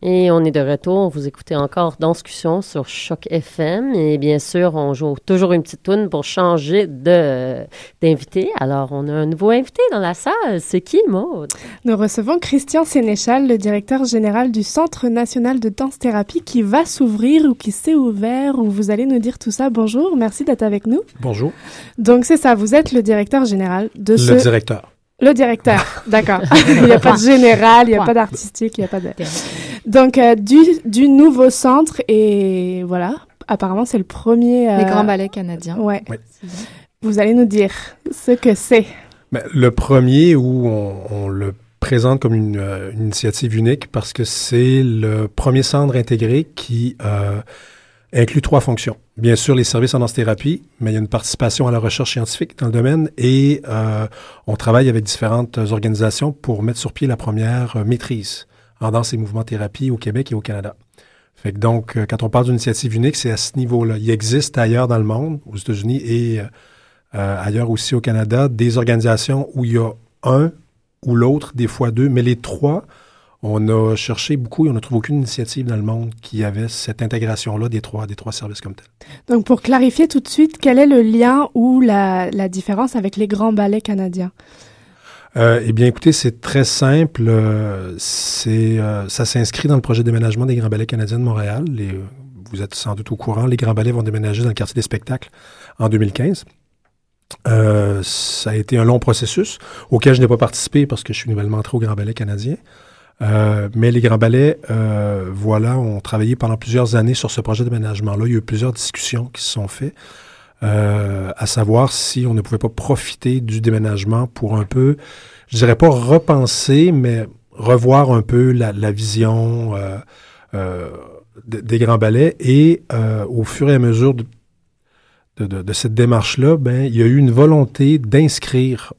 Et on est de retour. Vous écoutez encore Danscussion sur Choc FM. Et bien sûr, on joue toujours une petite toune pour changer d'invité. Alors, on a un nouveau invité dans la salle. C'est qui, Maude? Nous recevons Christian Sénéchal, le directeur général du Centre national de danse-thérapie qui va s'ouvrir ou qui s'est ouvert, ou vous allez nous dire tout ça. Bonjour, merci d'être avec nous. Bonjour. Donc, c'est ça, vous êtes le directeur général de ce... Le directeur. Le directeur, d'accord. Il n'y a pas de général, il n'y a pas d'artistique, il n'y a pas de... Donc, du nouveau centre, et voilà, apparemment, c'est le premier... Les Grands Ballets canadiens. Ouais. Oui. Vous allez nous dire ce que c'est. Ben, le premier où on le présente comme une initiative unique parce que c'est le premier centre intégré qui inclut 3 fonctions. Bien sûr, les services en danse-thérapie, mais il y a une participation à la recherche scientifique dans le domaine et on travaille avec différentes organisations pour mettre sur pied la première maîtrise en danse et mouvement-thérapie au Québec et au Canada. Fait que donc, quand on parle d'une initiative unique, c'est à ce niveau-là. Il existe ailleurs dans le monde, aux États-Unis et ailleurs aussi au Canada, des organisations où il y a un ou l'autre, des fois 2, mais les 3, on a cherché beaucoup et on n'a trouvé aucune initiative dans le monde qui avait cette intégration-là des trois services comme tels. Donc, pour clarifier tout de suite, quel est le lien ou la différence avec les Grands Ballets canadiens? Eh bien, écoutez, c'est très simple. Ça s'inscrit dans le projet de déménagement des Grands Ballets canadiens de Montréal. Vous êtes sans doute au courant, les Grands Ballets vont déménager dans le quartier des spectacles en 2015. Ça a été un long processus auquel je n'ai pas participé parce que je suis nouvellement entré au Grand Ballet canadien. Mais les Grands Ballets, ont travaillé pendant plusieurs années sur ce projet de déménagement-là. Il y a eu plusieurs discussions qui se sont faites, à savoir si on ne pouvait pas profiter du déménagement pour un peu, je dirais pas repenser, mais revoir un peu la vision des Grands Ballets. Et au fur et à mesure de cette démarche-là, il y a eu une volonté d'inscrire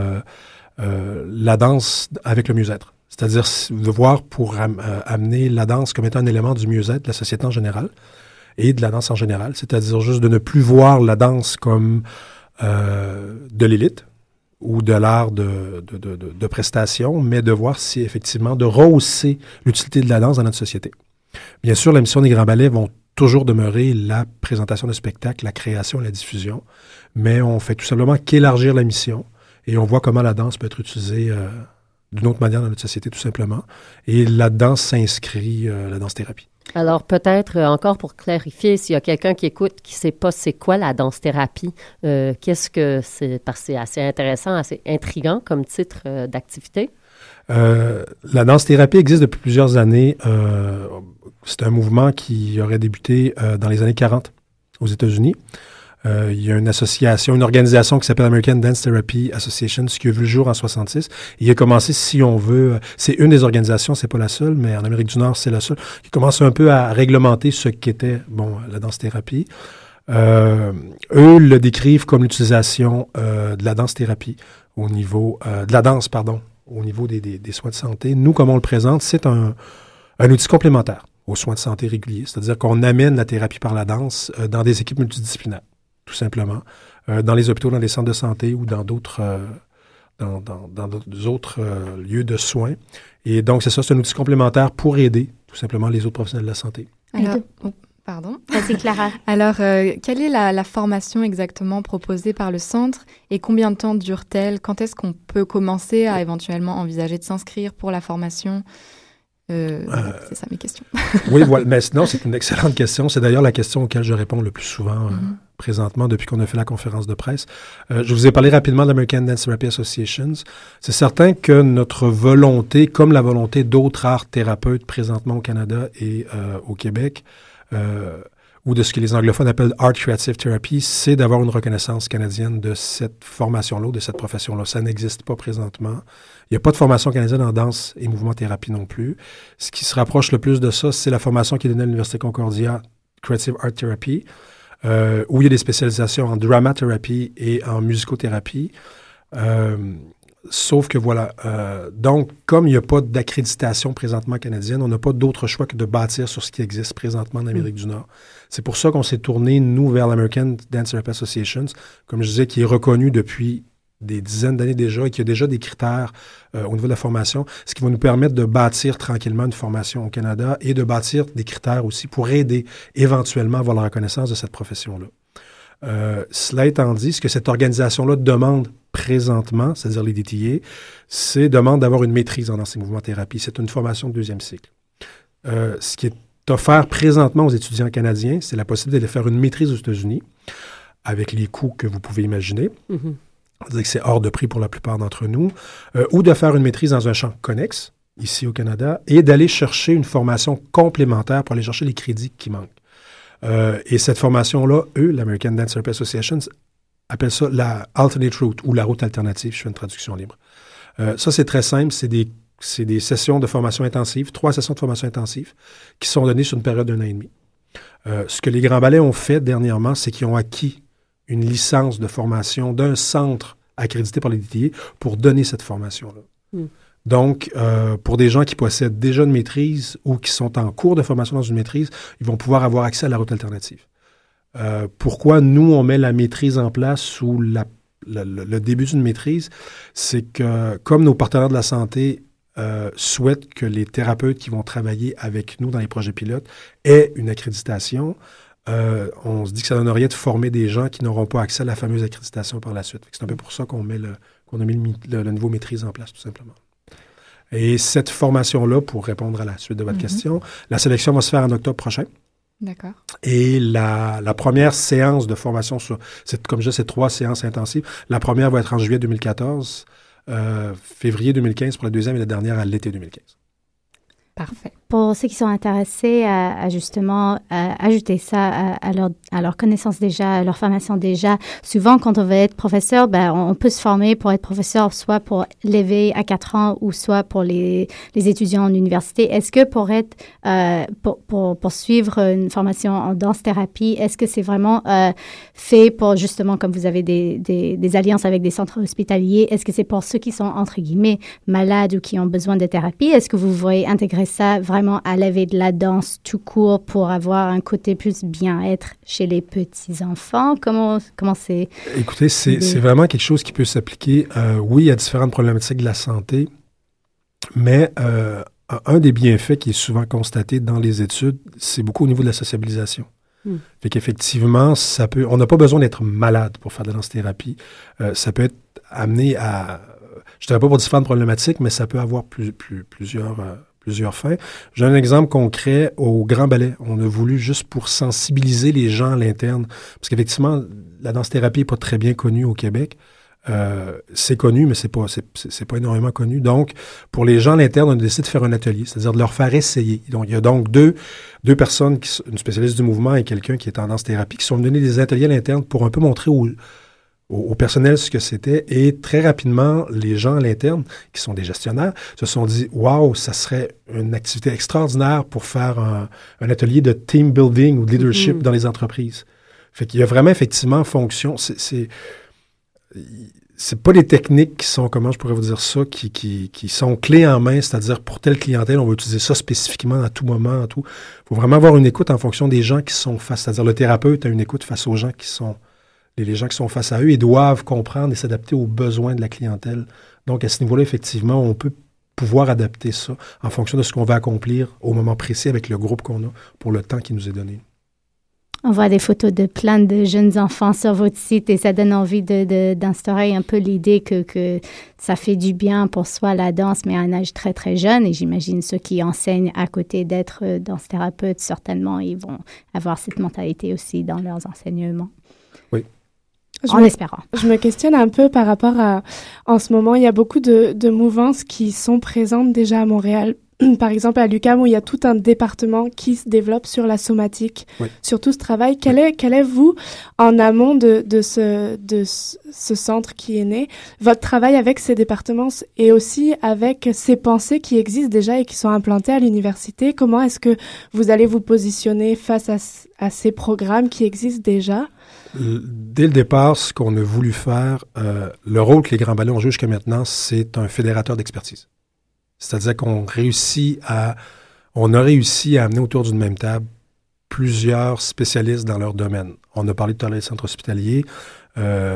la danse avec le mieux-être. C'est-à-dire de voir pour amener la danse comme étant un élément du mieux-être de la société en général et de la danse en général. C'est-à-dire juste de ne plus voir la danse comme de l'élite ou de l'art de prestation, mais de voir si effectivement de rehausser l'utilité de la danse dans notre société. Bien sûr, la mission des Grands Ballets vont toujours demeurer la présentation de spectacle, la création, la diffusion, mais on fait tout simplement qu'élargir la mission et on voit comment la danse peut être utilisée d'une autre manière dans notre société, tout simplement. Et là-dedans s'inscrit la danse-thérapie. Alors, peut-être encore pour clarifier, s'il y a quelqu'un qui écoute qui ne sait pas c'est quoi la danse-thérapie, qu'est-ce que c'est? Parce que c'est assez intéressant, assez intriguant comme titre d'activité. La danse-thérapie existe depuis plusieurs années. C'est un mouvement qui aurait débuté dans les années 40 aux États-Unis. Il y a une association, une organisation qui s'appelle American Dance Therapy Association, qui a vu le jour en 66. Il a commencé, si on veut, c'est une des organisations, c'est pas la seule, mais en Amérique du Nord, c'est la seule, qui commence un peu à réglementer ce qu'était, la danse-thérapie. Eux le décrivent comme l'utilisation de la danse-thérapie au niveau, au niveau des soins de santé. Nous, comme on le présente, c'est un outil complémentaire aux soins de santé réguliers. C'est-à-dire qu'on amène la thérapie par la danse dans des équipes multidisciplinaires, tout simplement, dans les hôpitaux, dans les centres de santé ou dans d'autres lieux de soins. Et donc, c'est ça, c'est un outil complémentaire pour aider tout simplement les autres professionnels de la santé. Alors, pardon. Vas-y, Clara. Alors, quelle est la formation exactement proposée par le centre et combien de temps dure-t-elle? Quand est-ce qu'on peut commencer à éventuellement envisager de s'inscrire pour la formation? C'est ça mes questions. Oui, voilà. Mais sinon, c'est une excellente question. C'est d'ailleurs la question auquel je réponds le plus souvent présentement depuis qu'on a fait la conférence de presse. Je vous ai parlé rapidement de l'American Dance Therapy Association. C'est certain que notre volonté, comme la volonté d'autres arts thérapeutes présentement au Canada et au Québec, ou de ce que les anglophones appellent Art Creative Therapy, c'est d'avoir une reconnaissance canadienne de cette formation-là, de cette profession-là. Ça n'existe pas présentement. Il n'y a pas de formation canadienne en danse et mouvement-thérapie non plus. Ce qui se rapproche le plus de ça, c'est la formation qui est donnée à l'Université Concordia, Creative Art Therapy, où il y a des spécialisations en dramathérapie et en musicothérapie. Sauf que voilà, donc comme il n'y a pas d'accréditation présentement canadienne, on n'a pas d'autre choix que de bâtir sur ce qui existe présentement en Amérique du Nord. C'est pour ça qu'on s'est tourné, nous, vers l'American Dance Therapy Association, comme je disais, qui est reconnu depuis des dizaines d'années déjà et qu'il y a déjà des critères au niveau de la formation, ce qui va nous permettre de bâtir tranquillement une formation au Canada et de bâtir des critères aussi pour aider éventuellement à avoir la reconnaissance de cette profession-là. Cela étant dit, ce que cette organisation-là demande présentement, c'est-à-dire les DTA, c'est demande d'avoir une maîtrise en danseur mouvement thérapie. C'est une formation de 2e cycle. Ce qui est offert présentement aux étudiants canadiens, c'est la possibilité de faire une maîtrise aux États-Unis avec les coûts que vous pouvez imaginer. Mm-hmm. C'est-à-dire que c'est hors de prix pour la plupart d'entre nous, ou de faire une maîtrise dans un champ connexe, ici au Canada, et d'aller chercher une formation complémentaire pour aller chercher les crédits qui manquent. Et cette formation-là, l'American Dance Therapy Association, appelle ça la Alternate Route, ou la route alternative, je fais une traduction libre. Ça, c'est très simple, c'est des sessions de formation intensive, 3 sessions de formation intensive, qui sont données sur une période d'1 an et demi. Ce que les Grands Ballets ont fait dernièrement, c'est qu'ils ont acquis une licence de formation d'un centre accrédité par les DTA pour donner cette formation-là. Mm. Donc, pour des gens qui possèdent déjà une maîtrise ou qui sont en cours de formation dans une maîtrise, ils vont pouvoir avoir accès à la route alternative. Pourquoi nous, on met la maîtrise en place sous le début d'une maîtrise? C'est que, comme nos partenaires de la santé souhaitent que les thérapeutes qui vont travailler avec nous dans les projets pilotes aient une accréditation, on se dit que ça donne rien de former des gens qui n'auront pas accès à la fameuse accréditation par la suite. C'est un peu pour ça qu'on a mis le niveau maîtrise en place, tout simplement. Et cette formation-là, pour répondre à la suite de votre question, la sélection va se faire en octobre prochain. D'accord. Et la première séance de formation, comme je dis, c'est 3 séances intensives. La première va être en juillet 2014, février 2015 pour la deuxième et la dernière à l'été 2015. Parfait. Pour ceux qui sont intéressés à justement ajouter ça à leur connaissance déjà, à leur formation déjà, souvent quand on veut être professeur, on peut se former pour être professeur, soit pour l'éveil à 4 ans ou soit pour les étudiants en université. Est-ce que pour suivre une formation en danse-thérapie, est-ce que c'est vraiment fait pour justement, comme vous avez des alliances avec des centres hospitaliers, est-ce que c'est pour ceux qui sont entre guillemets malades ou qui ont besoin de thérapie? Est-ce que vous voyez intégrer ça vraiment à l'éveil de la danse tout court pour avoir un côté plus bien-être chez les petits-enfants? Comment c'est? Écoutez, c'est vraiment quelque chose qui peut s'appliquer, oui, à différentes problématiques de la santé, mais un des bienfaits qui est souvent constaté dans les études, c'est beaucoup au niveau de la sociabilisation. Fait qu'effectivement, on n'a pas besoin d'être malade pour faire de la danse-thérapie. Ça peut être amené à, je ne dirais pas pour différentes problématiques, mais ça peut avoir plusieurs fins. J'ai un exemple concret au Grand Ballet. On a voulu juste pour sensibiliser les gens à l'interne, parce qu'effectivement, la danse-thérapie n'est pas très bien connue au Québec. C'est connu, mais c'est pas énormément connu. Donc, pour les gens à l'interne, on a décidé de faire un atelier, c'est-à-dire de leur faire essayer. Donc, il y a donc deux personnes, une spécialiste du mouvement et quelqu'un qui est en danse-thérapie, qui sont venus donner des ateliers à l'interne pour un peu montrer au personnel ce que c'était. Et très rapidement, les gens à l'interne, qui sont des gestionnaires, se sont dit « Wow, ça serait une activité extraordinaire pour faire un atelier de team building ou de leadership dans les entreprises. » Fait qu'il y a vraiment effectivement fonction. C'est pas des techniques qui sont, comment je pourrais vous dire ça, qui sont clés en main, c'est-à-dire pour telle clientèle, on va utiliser ça spécifiquement à tout moment, à tout. Il faut vraiment avoir une écoute en fonction des gens qui sont face, c'est-à-dire le thérapeute a une écoute face aux gens qui sont les gens qui sont face à eux et doivent comprendre et s'adapter aux besoins de la clientèle. Donc, à ce niveau-là, effectivement, on peut pouvoir adapter ça en fonction de ce qu'on va accomplir au moment précis avec le groupe qu'on a pour le temps qui nous est donné. On voit des photos de plein de jeunes enfants sur votre site et ça donne envie d'instaurer un peu l'idée que ça fait du bien pour soi la danse, mais à un âge très, très jeune. Et j'imagine ceux qui enseignent à côté d'être danse-thérapeute, certainement, ils vont avoir cette mentalité aussi dans leurs enseignements. Oui. En espérant. Je me questionne un peu par rapport à... En ce moment, il y a beaucoup de mouvances qui sont présentes déjà à Montréal. Par exemple, à l'UQAM, où il y a tout un département qui se développe sur la somatique, sur tout ce travail. Quel est vous, en amont de ce centre qui est né, votre travail avec ces départements et aussi avec ces pensées qui existent déjà et qui sont implantées à l'université? Comment est-ce que vous allez vous positionner face à ces programmes qui existent déjà? Dès le départ, ce qu'on a voulu faire, le rôle que les Grands Ballets ont joué jusqu'à maintenant, c'est un fédérateur d'expertise. C'est-à-dire qu'on a réussi à amener autour d'une même table plusieurs spécialistes dans leur domaine. On a parlé tout à l'heure des centres hospitaliers.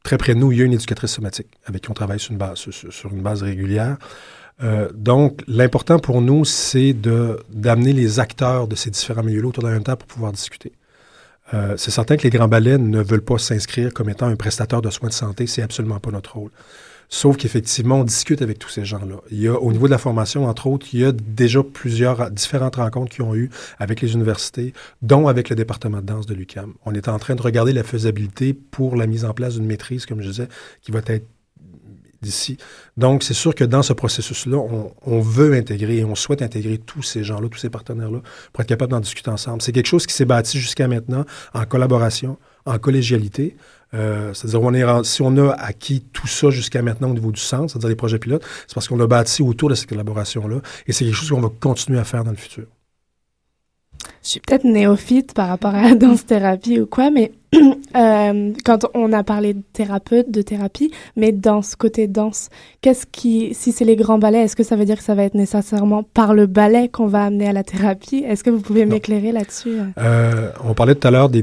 très près de nous, il y a une éducatrice somatique avec qui on travaille sur une base régulière. Donc, l'important pour nous, c'est d'amener les acteurs de ces différents milieux-là autour d'un table pour pouvoir discuter. C'est certain que les grands ballets ne veulent pas s'inscrire comme étant un prestataire de soins de santé. C'est absolument pas notre rôle. Sauf qu'effectivement, on discute avec tous ces gens-là. Il y a, au niveau de la formation, entre autres, il y a déjà différentes rencontres qui ont eu avec les universités, dont avec le département de danse de l'UQAM. On est en train de regarder la faisabilité pour la mise en place d'une maîtrise, comme je disais, qui va être d'ici. Donc, c'est sûr que dans ce processus-là, on veut intégrer et on souhaite intégrer tous ces gens-là, tous ces partenaires-là, pour être capable d'en discuter ensemble. C'est quelque chose qui s'est bâti jusqu'à maintenant en collaboration, en collégialité. C'est-à-dire, si on a acquis tout ça jusqu'à maintenant au niveau du centre, c'est-à-dire les projets pilotes, c'est parce qu'on a bâti autour de cette collaboration-là et c'est quelque chose qu'on va continuer à faire dans le futur. Je suis peut-être néophyte par rapport à la danse-thérapie ou quoi, mais quand on a parlé de thérapeute, de thérapie, mais danse, côté danse, si c'est les grands ballets, est-ce que ça veut dire que ça va être nécessairement par le ballet qu'on va amener à la thérapie? Est-ce que vous pouvez m'éclairer là-dessus? On parlait tout à l'heure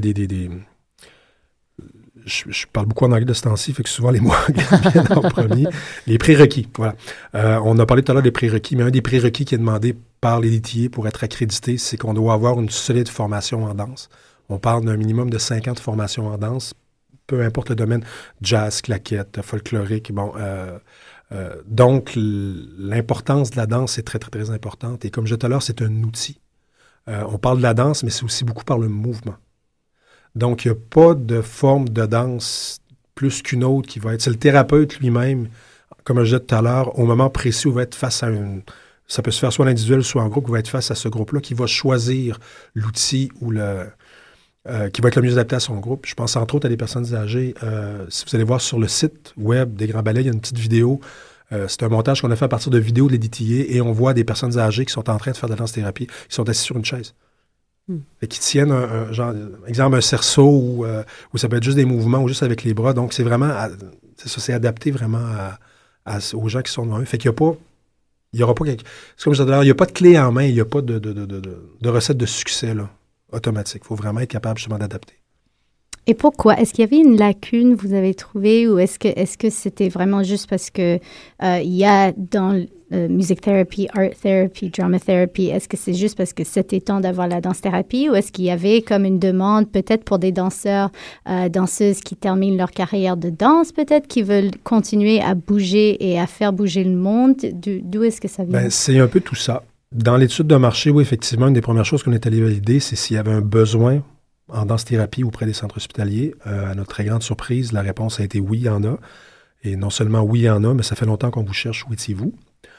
je parle beaucoup en anglais de ce temps-ci, fait que souvent les mots anglais viennent en premier. Les prérequis, voilà. On a parlé tout à l'heure des prérequis, mais un des prérequis qui est demandé par les DTA pour être accrédité, c'est qu'on doit avoir une solide formation en danse. On parle d'un minimum de 5 ans de formation en danse, peu importe le domaine, jazz, claquette, folklorique, donc, l'importance de la danse est très, très, très importante. Et comme je disais tout à l'heure, c'est un outil. On parle de la danse, mais c'est aussi beaucoup par le mouvement. Donc, il n'y a pas de forme de danse plus qu'une autre qui va être... C'est le thérapeute lui-même, comme je disais tout à l'heure, au moment précis où il va être face à une... Ça peut se faire soit en individuel, soit en groupe, où il va être face à ce groupe-là, qui va choisir l'outil ou qui va être le mieux adapté à son groupe. Je pense entre autres à des personnes âgées. Si vous allez voir sur le site web des Grands Ballets, il y a une petite vidéo. C'est un montage qu'on a fait à partir de vidéos de l'EDTA et on voit des personnes âgées qui sont en train de faire de la danse-thérapie, qui sont assises sur une chaise. Et qui tiennent exemple un cerceau ou ça peut être juste des mouvements ou juste avec les bras. Donc, c'est vraiment, c'est adapté vraiment aux gens qui sont devant eux. Fait qu'il n'y aura pas, c'est comme je disais il n'y a pas de clé en main, il n'y a pas de recette de succès là, automatique. Il faut vraiment être capable justement d'adapter. Et pourquoi? Est-ce qu'il y avait une lacune, vous avez trouvé, ou est-ce que c'était vraiment juste parce que il y a dans music therapy, art therapy, drama therapy, est-ce que c'est juste parce que c'était temps d'avoir la danse-thérapie, ou est-ce qu'il y avait comme une demande peut-être pour des danseurs, danseuses qui terminent leur carrière de danse, peut-être, qui veulent continuer à bouger et à faire bouger le monde? D'où est-ce que ça vient? C'est un peu tout ça. Dans l'étude de marché, oui, effectivement, une des premières choses qu'on est allé valider, c'est s'il y avait un besoin en danse-thérapie auprès des centres hospitaliers. À notre très grande surprise, la réponse a été oui, il y en a. Et non seulement oui, il y en a, mais ça fait longtemps qu'on vous cherche, où étiez-vous?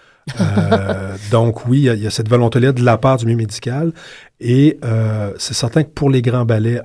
Donc oui, il y a cette volonté-là de la part du milieu médical. Et c'est certain que pour les grands ballets,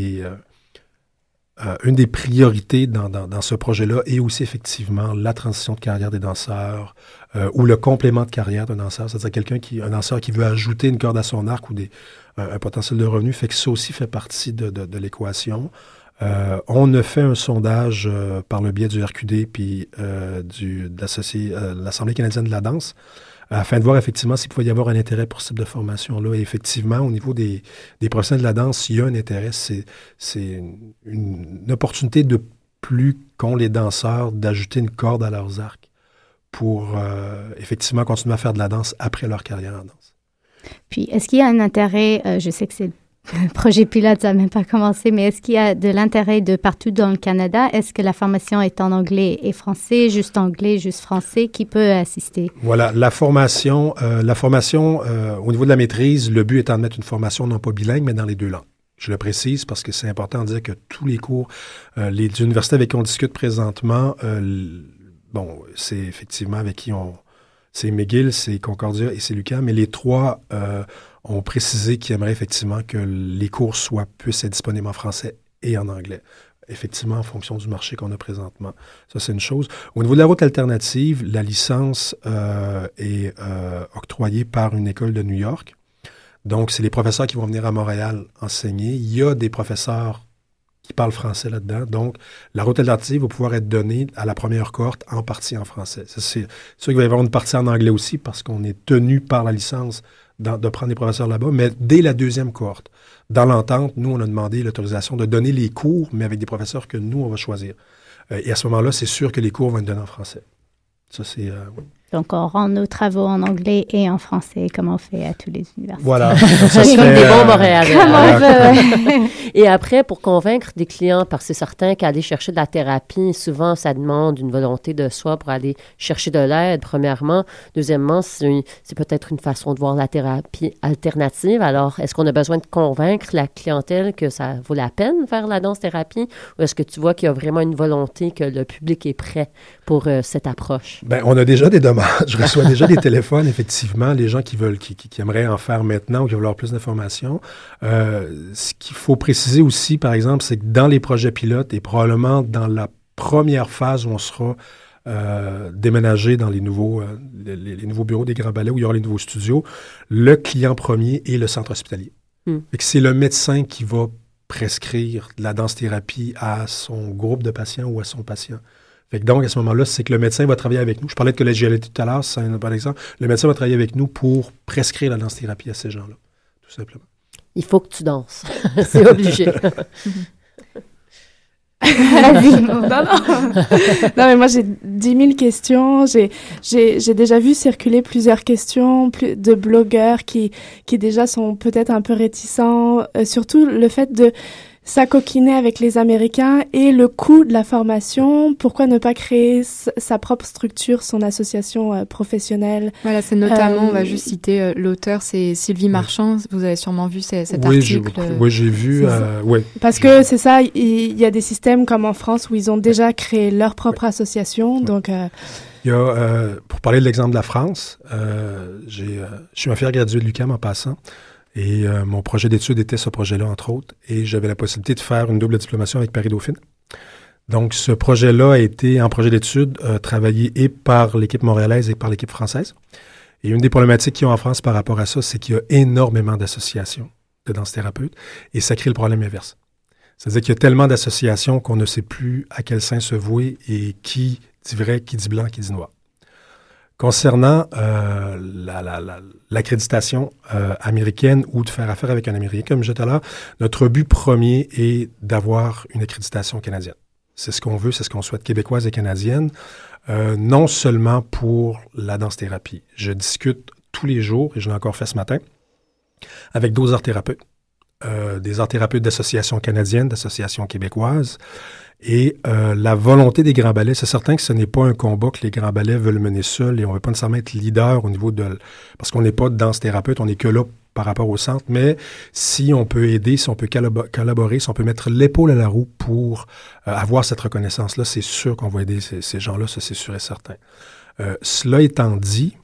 une des priorités dans ce projet-là est aussi effectivement la transition de carrière des danseurs ou le complément de carrière d'un danseur, c'est-à-dire un danseur qui veut ajouter une corde à son arc ou un potentiel de revenu, fait que ça aussi fait partie de l'équation. On a fait un sondage par le biais du RQD puis de l'Assemblée canadienne de la danse afin de voir effectivement s'il pouvait y avoir un intérêt pour ce type de formation-là. Et effectivement, au niveau des professionnels de la danse, il y a un intérêt. C'est une opportunité de plus qu'ont les danseurs d'ajouter une corde à leurs arcs pour effectivement continuer à faire de la danse après leur carrière en danse. Puis, est-ce qu'il y a un intérêt, je sais que c'est le projet pilote, ça n'a même pas commencé, mais est-ce qu'il y a de l'intérêt de partout dans le Canada? Est-ce que la formation est en anglais et français, juste français? Qui peut assister? Voilà, la formation au niveau de la maîtrise, le but étant de mettre une formation non pas bilingue, mais dans les deux langues. Je le précise parce que c'est important de dire que tous les cours, les universités avec qui on discute présentement, c'est effectivement avec qui c'est McGill, c'est Concordia et c'est l'UQAM, mais les trois ont précisé qu'ils aimeraient effectivement que les cours puissent être disponibles en français et en anglais. Effectivement, en fonction du marché qu'on a présentement. Ça, c'est une chose. Au niveau de la route alternative, la licence est octroyée par une école de New York. Donc, c'est les professeurs qui vont venir à Montréal enseigner. Il y a des professeurs qui parlent français là-dedans. Donc, la route alternative va pouvoir être donnée à la première cohorte en partie en français. C'est sûr qu'il va y avoir une partie en anglais aussi parce qu'on est tenu par la licence de prendre des professeurs là-bas. Mais dès la deuxième cohorte, dans l'entente, nous, on a demandé l'autorisation de donner les cours, mais avec des professeurs que nous, on va choisir. Et à ce moment-là, c'est sûr que les cours vont être donnés en français. Ça, c'est... oui. Donc, on rend nos travaux en anglais et en français, comme on fait à tous les universités. Voilà. C'est comme des bons Montréalais. Comme on veut. Et après, pour convaincre des clients, parce que c'est certain qu'aller chercher de la thérapie, souvent, ça demande une volonté de soi pour aller chercher de l'aide, premièrement. Deuxièmement, c'est peut-être une façon de voir la thérapie alternative. Alors, est-ce qu'on a besoin de convaincre la clientèle que ça vaut la peine de faire la danse-thérapie? Ou est-ce que tu vois qu'il y a vraiment une volonté que le public est prêt pour cette approche? Bien, on a déjà des demandes. Je reçois déjà des téléphones, effectivement, les gens qui aimeraient en faire maintenant ou qui veulent avoir plus d'informations. Ce qu'il faut préciser aussi, par exemple, c'est que dans les projets pilotes et probablement dans la première phase où on sera déménagé dans les nouveaux bureaux des Grands Ballets, où il y aura les nouveaux studios, le client premier est le centre hospitalier. Et que c'est le médecin qui va prescrire de la danse-thérapie à son groupe de patients ou à son patient. Fait que donc, à ce moment-là, c'est que le médecin va travailler avec nous. Je parlais de collégialité tout à l'heure, c'est un bon exemple. Le médecin va travailler avec nous pour prescrire la danse-thérapie à ces gens-là, tout simplement. Il faut que tu danses. C'est obligé. Vas-y. Non, mais moi, j'ai 10 000 questions. J'ai déjà vu circuler plusieurs questions de blogueurs qui déjà sont peut-être un peu réticents. Surtout le fait de s'acoquiner avec les Américains et le coût de la formation. Pourquoi ne pas créer sa propre structure, son association professionnelle? Voilà, c'est notamment, on va juste citer l'auteur, c'est Sylvie Marchand. Vous avez sûrement vu cet article. Oui, j'ai vu. Oui. Parce que c'est ça, il y a des systèmes comme en France où ils ont déjà créé leur propre association. Donc, il y a, pour parler de l'exemple de la France, je suis un fier gradué de l'UQAM en passant. Et mon projet d'études était ce projet-là, entre autres, et j'avais la possibilité de faire une double diplomation avec Paris-Dauphine. Donc, ce projet-là a été, en projet d'études, travaillé et par l'équipe montréalaise et par l'équipe française. Et une des problématiques qu'ils ont en France par rapport à ça, c'est qu'il y a énormément d'associations de danse-thérapeutes, et ça crée le problème inverse. C'est-à-dire qu'il y a tellement d'associations qu'on ne sait plus à quel sein se vouer et qui dit vrai, qui dit blanc, qui dit noir. Concernant l'accréditation américaine ou de faire affaire avec un Américain, comme je disais tout à l'heure, notre but premier est d'avoir une accréditation canadienne. C'est ce qu'on veut, c'est ce qu'on souhaite, québécoise et canadienne, non seulement pour la danse-thérapie. Je discute tous les jours, et je l'ai encore fait ce matin, avec d'autres art-thérapeutes, des art-thérapeutes d'associations canadiennes, d'associations québécoises. Et la volonté des Grands Ballets, c'est certain que ce n'est pas un combat que les Grands Ballets veulent mener seuls et on ne veut pas nécessairement être leader au niveau de... Parce qu'on n'est pas de danse-thérapeute, on n'est que là par rapport au centre, mais si on peut aider, si on peut collaborer, si on peut mettre l'épaule à la roue pour avoir cette reconnaissance-là, c'est sûr qu'on va aider ces gens-là, ça c'est sûr et certain. Cela étant dit,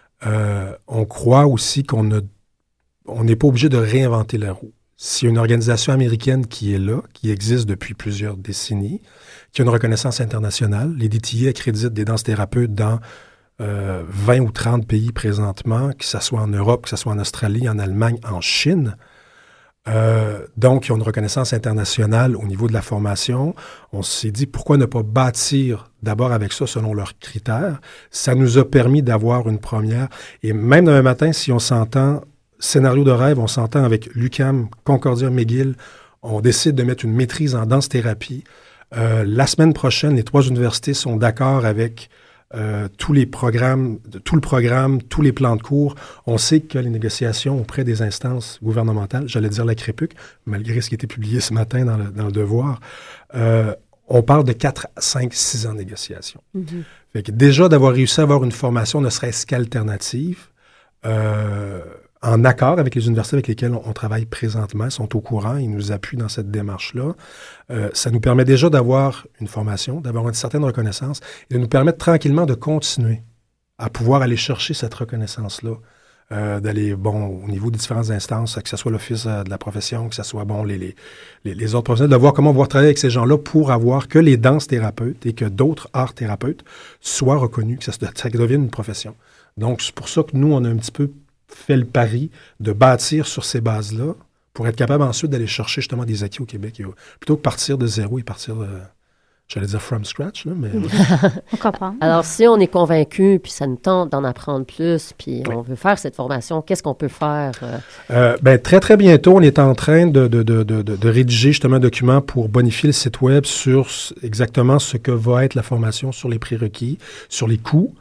on croit aussi qu'on n'est pas obligé de réinventer la roue. C'est une organisation américaine qui est là, qui existe depuis plusieurs décennies, qui a une reconnaissance internationale. Les DTA accréditent des danse-thérapeutes dans 20 ou 30 pays présentement, que ce soit en Europe, que ce soit en Australie, en Allemagne, en Chine. Donc, ils ont une reconnaissance internationale au niveau de la formation. On s'est dit, pourquoi ne pas bâtir d'abord avec ça selon leurs critères? Ça nous a permis d'avoir une première. Et même demain matin, si on s'entend... Scénario de rêve, on s'entend avec l'UQAM, Concordia, McGill. On décide de mettre une maîtrise en danse-thérapie. La semaine prochaine, les 3 universités sont d'accord avec tous les programmes, tout le programme, tous les plans de cours. On sait que les négociations auprès des instances gouvernementales, j'allais dire la CREPUC, malgré ce qui a été publié ce matin dans le Devoir, on parle de 4, 5, 6 ans de négociations. Mm-hmm. Fait que déjà, d'avoir réussi à avoir une formation, ne serait-ce qu'alternative, en accord avec les universités avec lesquelles on travaille présentement, sont au courant, ils nous appuient dans cette démarche-là. Ça nous permet déjà d'avoir une formation, d'avoir une certaine reconnaissance et de nous permettre tranquillement de continuer à pouvoir aller chercher cette reconnaissance-là, d'aller, au niveau des différentes instances, que ce soit l'Office de la profession, que ce soit, les autres professionnels, de voir comment on va travailler avec ces gens-là pour avoir que les danses-thérapeutes et que d'autres arts-thérapeutes soient reconnus, que ça devienne une profession. Donc, c'est pour ça que nous, on a un petit peu fait le pari de bâtir sur ces bases-là pour être capable ensuite d'aller chercher justement des acquis au Québec, plutôt que partir de zéro et partir j'allais dire from scratch, là, mais... On comprend. Alors, si on est convaincu, puis ça nous tente d'en apprendre plus, puis on veut faire cette formation, qu'est-ce qu'on peut faire? Très, très bientôt, on est en train de rédiger justement un document pour bonifier le site web sur exactement ce que va être la formation, sur les prérequis, sur les coûts.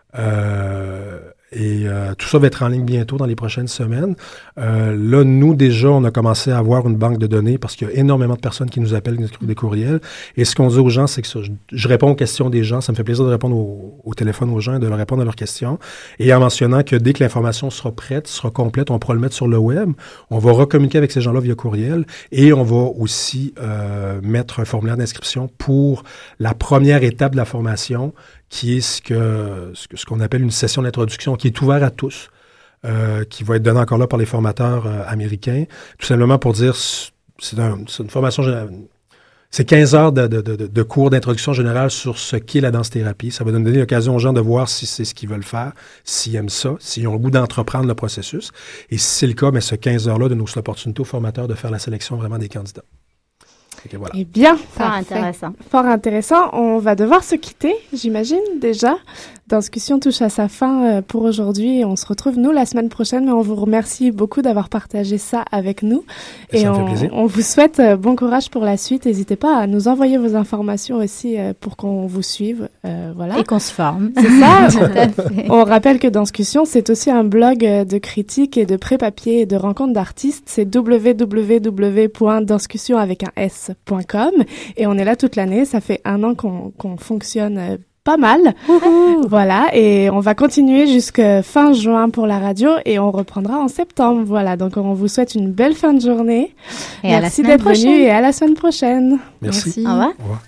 Tout ça va être en ligne bientôt dans les prochaines semaines. Là, nous, déjà, on a commencé à avoir une banque de données parce qu'il y a énormément de personnes qui nous appellent, qui nous écrivent des courriels. Et ce qu'on dit aux gens, c'est que je réponds aux questions des gens. Ça me fait plaisir de répondre au téléphone aux gens et de leur répondre à leurs questions. Et en mentionnant que dès que l'information sera prête, sera complète, on pourra le mettre sur le web. On va recommuniquer avec ces gens-là via courriel et on va aussi mettre un formulaire d'inscription pour la première étape de la formation, qui est ce qu'on appelle une session d'introduction, qui est ouverte à tous, qui va être donnée encore là par les formateurs américains, tout simplement pour dire, c'est une formation générale. C'est 15 heures de cours d'introduction générale sur ce qu'est la danse-thérapie. Ça va donner l'occasion aux gens de voir si c'est ce qu'ils veulent faire, s'ils aiment ça, s'ils ont le goût d'entreprendre le processus. Et si c'est le cas, ce 15 heures-là donne aussi l'opportunité aux formateurs de faire la sélection vraiment des candidats. Voilà. Eh bien, fort intéressant. Fort intéressant. On va devoir se quitter, j'imagine, déjà. Discussion touche à sa fin pour aujourd'hui. On se retrouve, nous, la semaine prochaine, mais on vous remercie beaucoup d'avoir partagé ça avec nous. Et ça me fait plaisir. On vous souhaite bon courage pour la suite. N'hésitez pas à nous envoyer vos informations aussi pour qu'on vous suive. Voilà. Et qu'on se forme. C'est ça. On rappelle que Discussion, c'est aussi un blog de critiques et de pré-papier et de rencontres d'artistes. C'est www.discussion.com et on est là toute l'année. Ça fait 1 an qu'on fonctionne pas mal. Voilà, et on va continuer jusqu'à fin juin pour la radio et on reprendra en septembre. Voilà, donc on vous souhaite une belle fin de journée. Et merci d'être venu et à la semaine prochaine. Merci. Au revoir. Au revoir.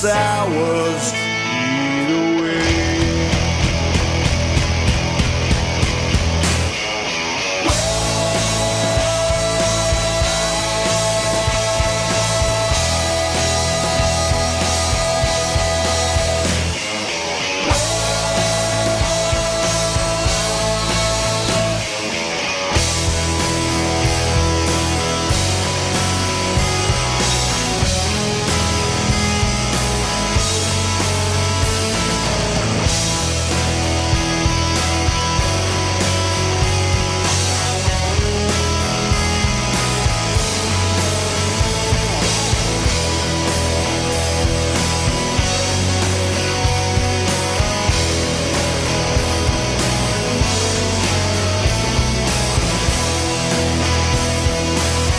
hours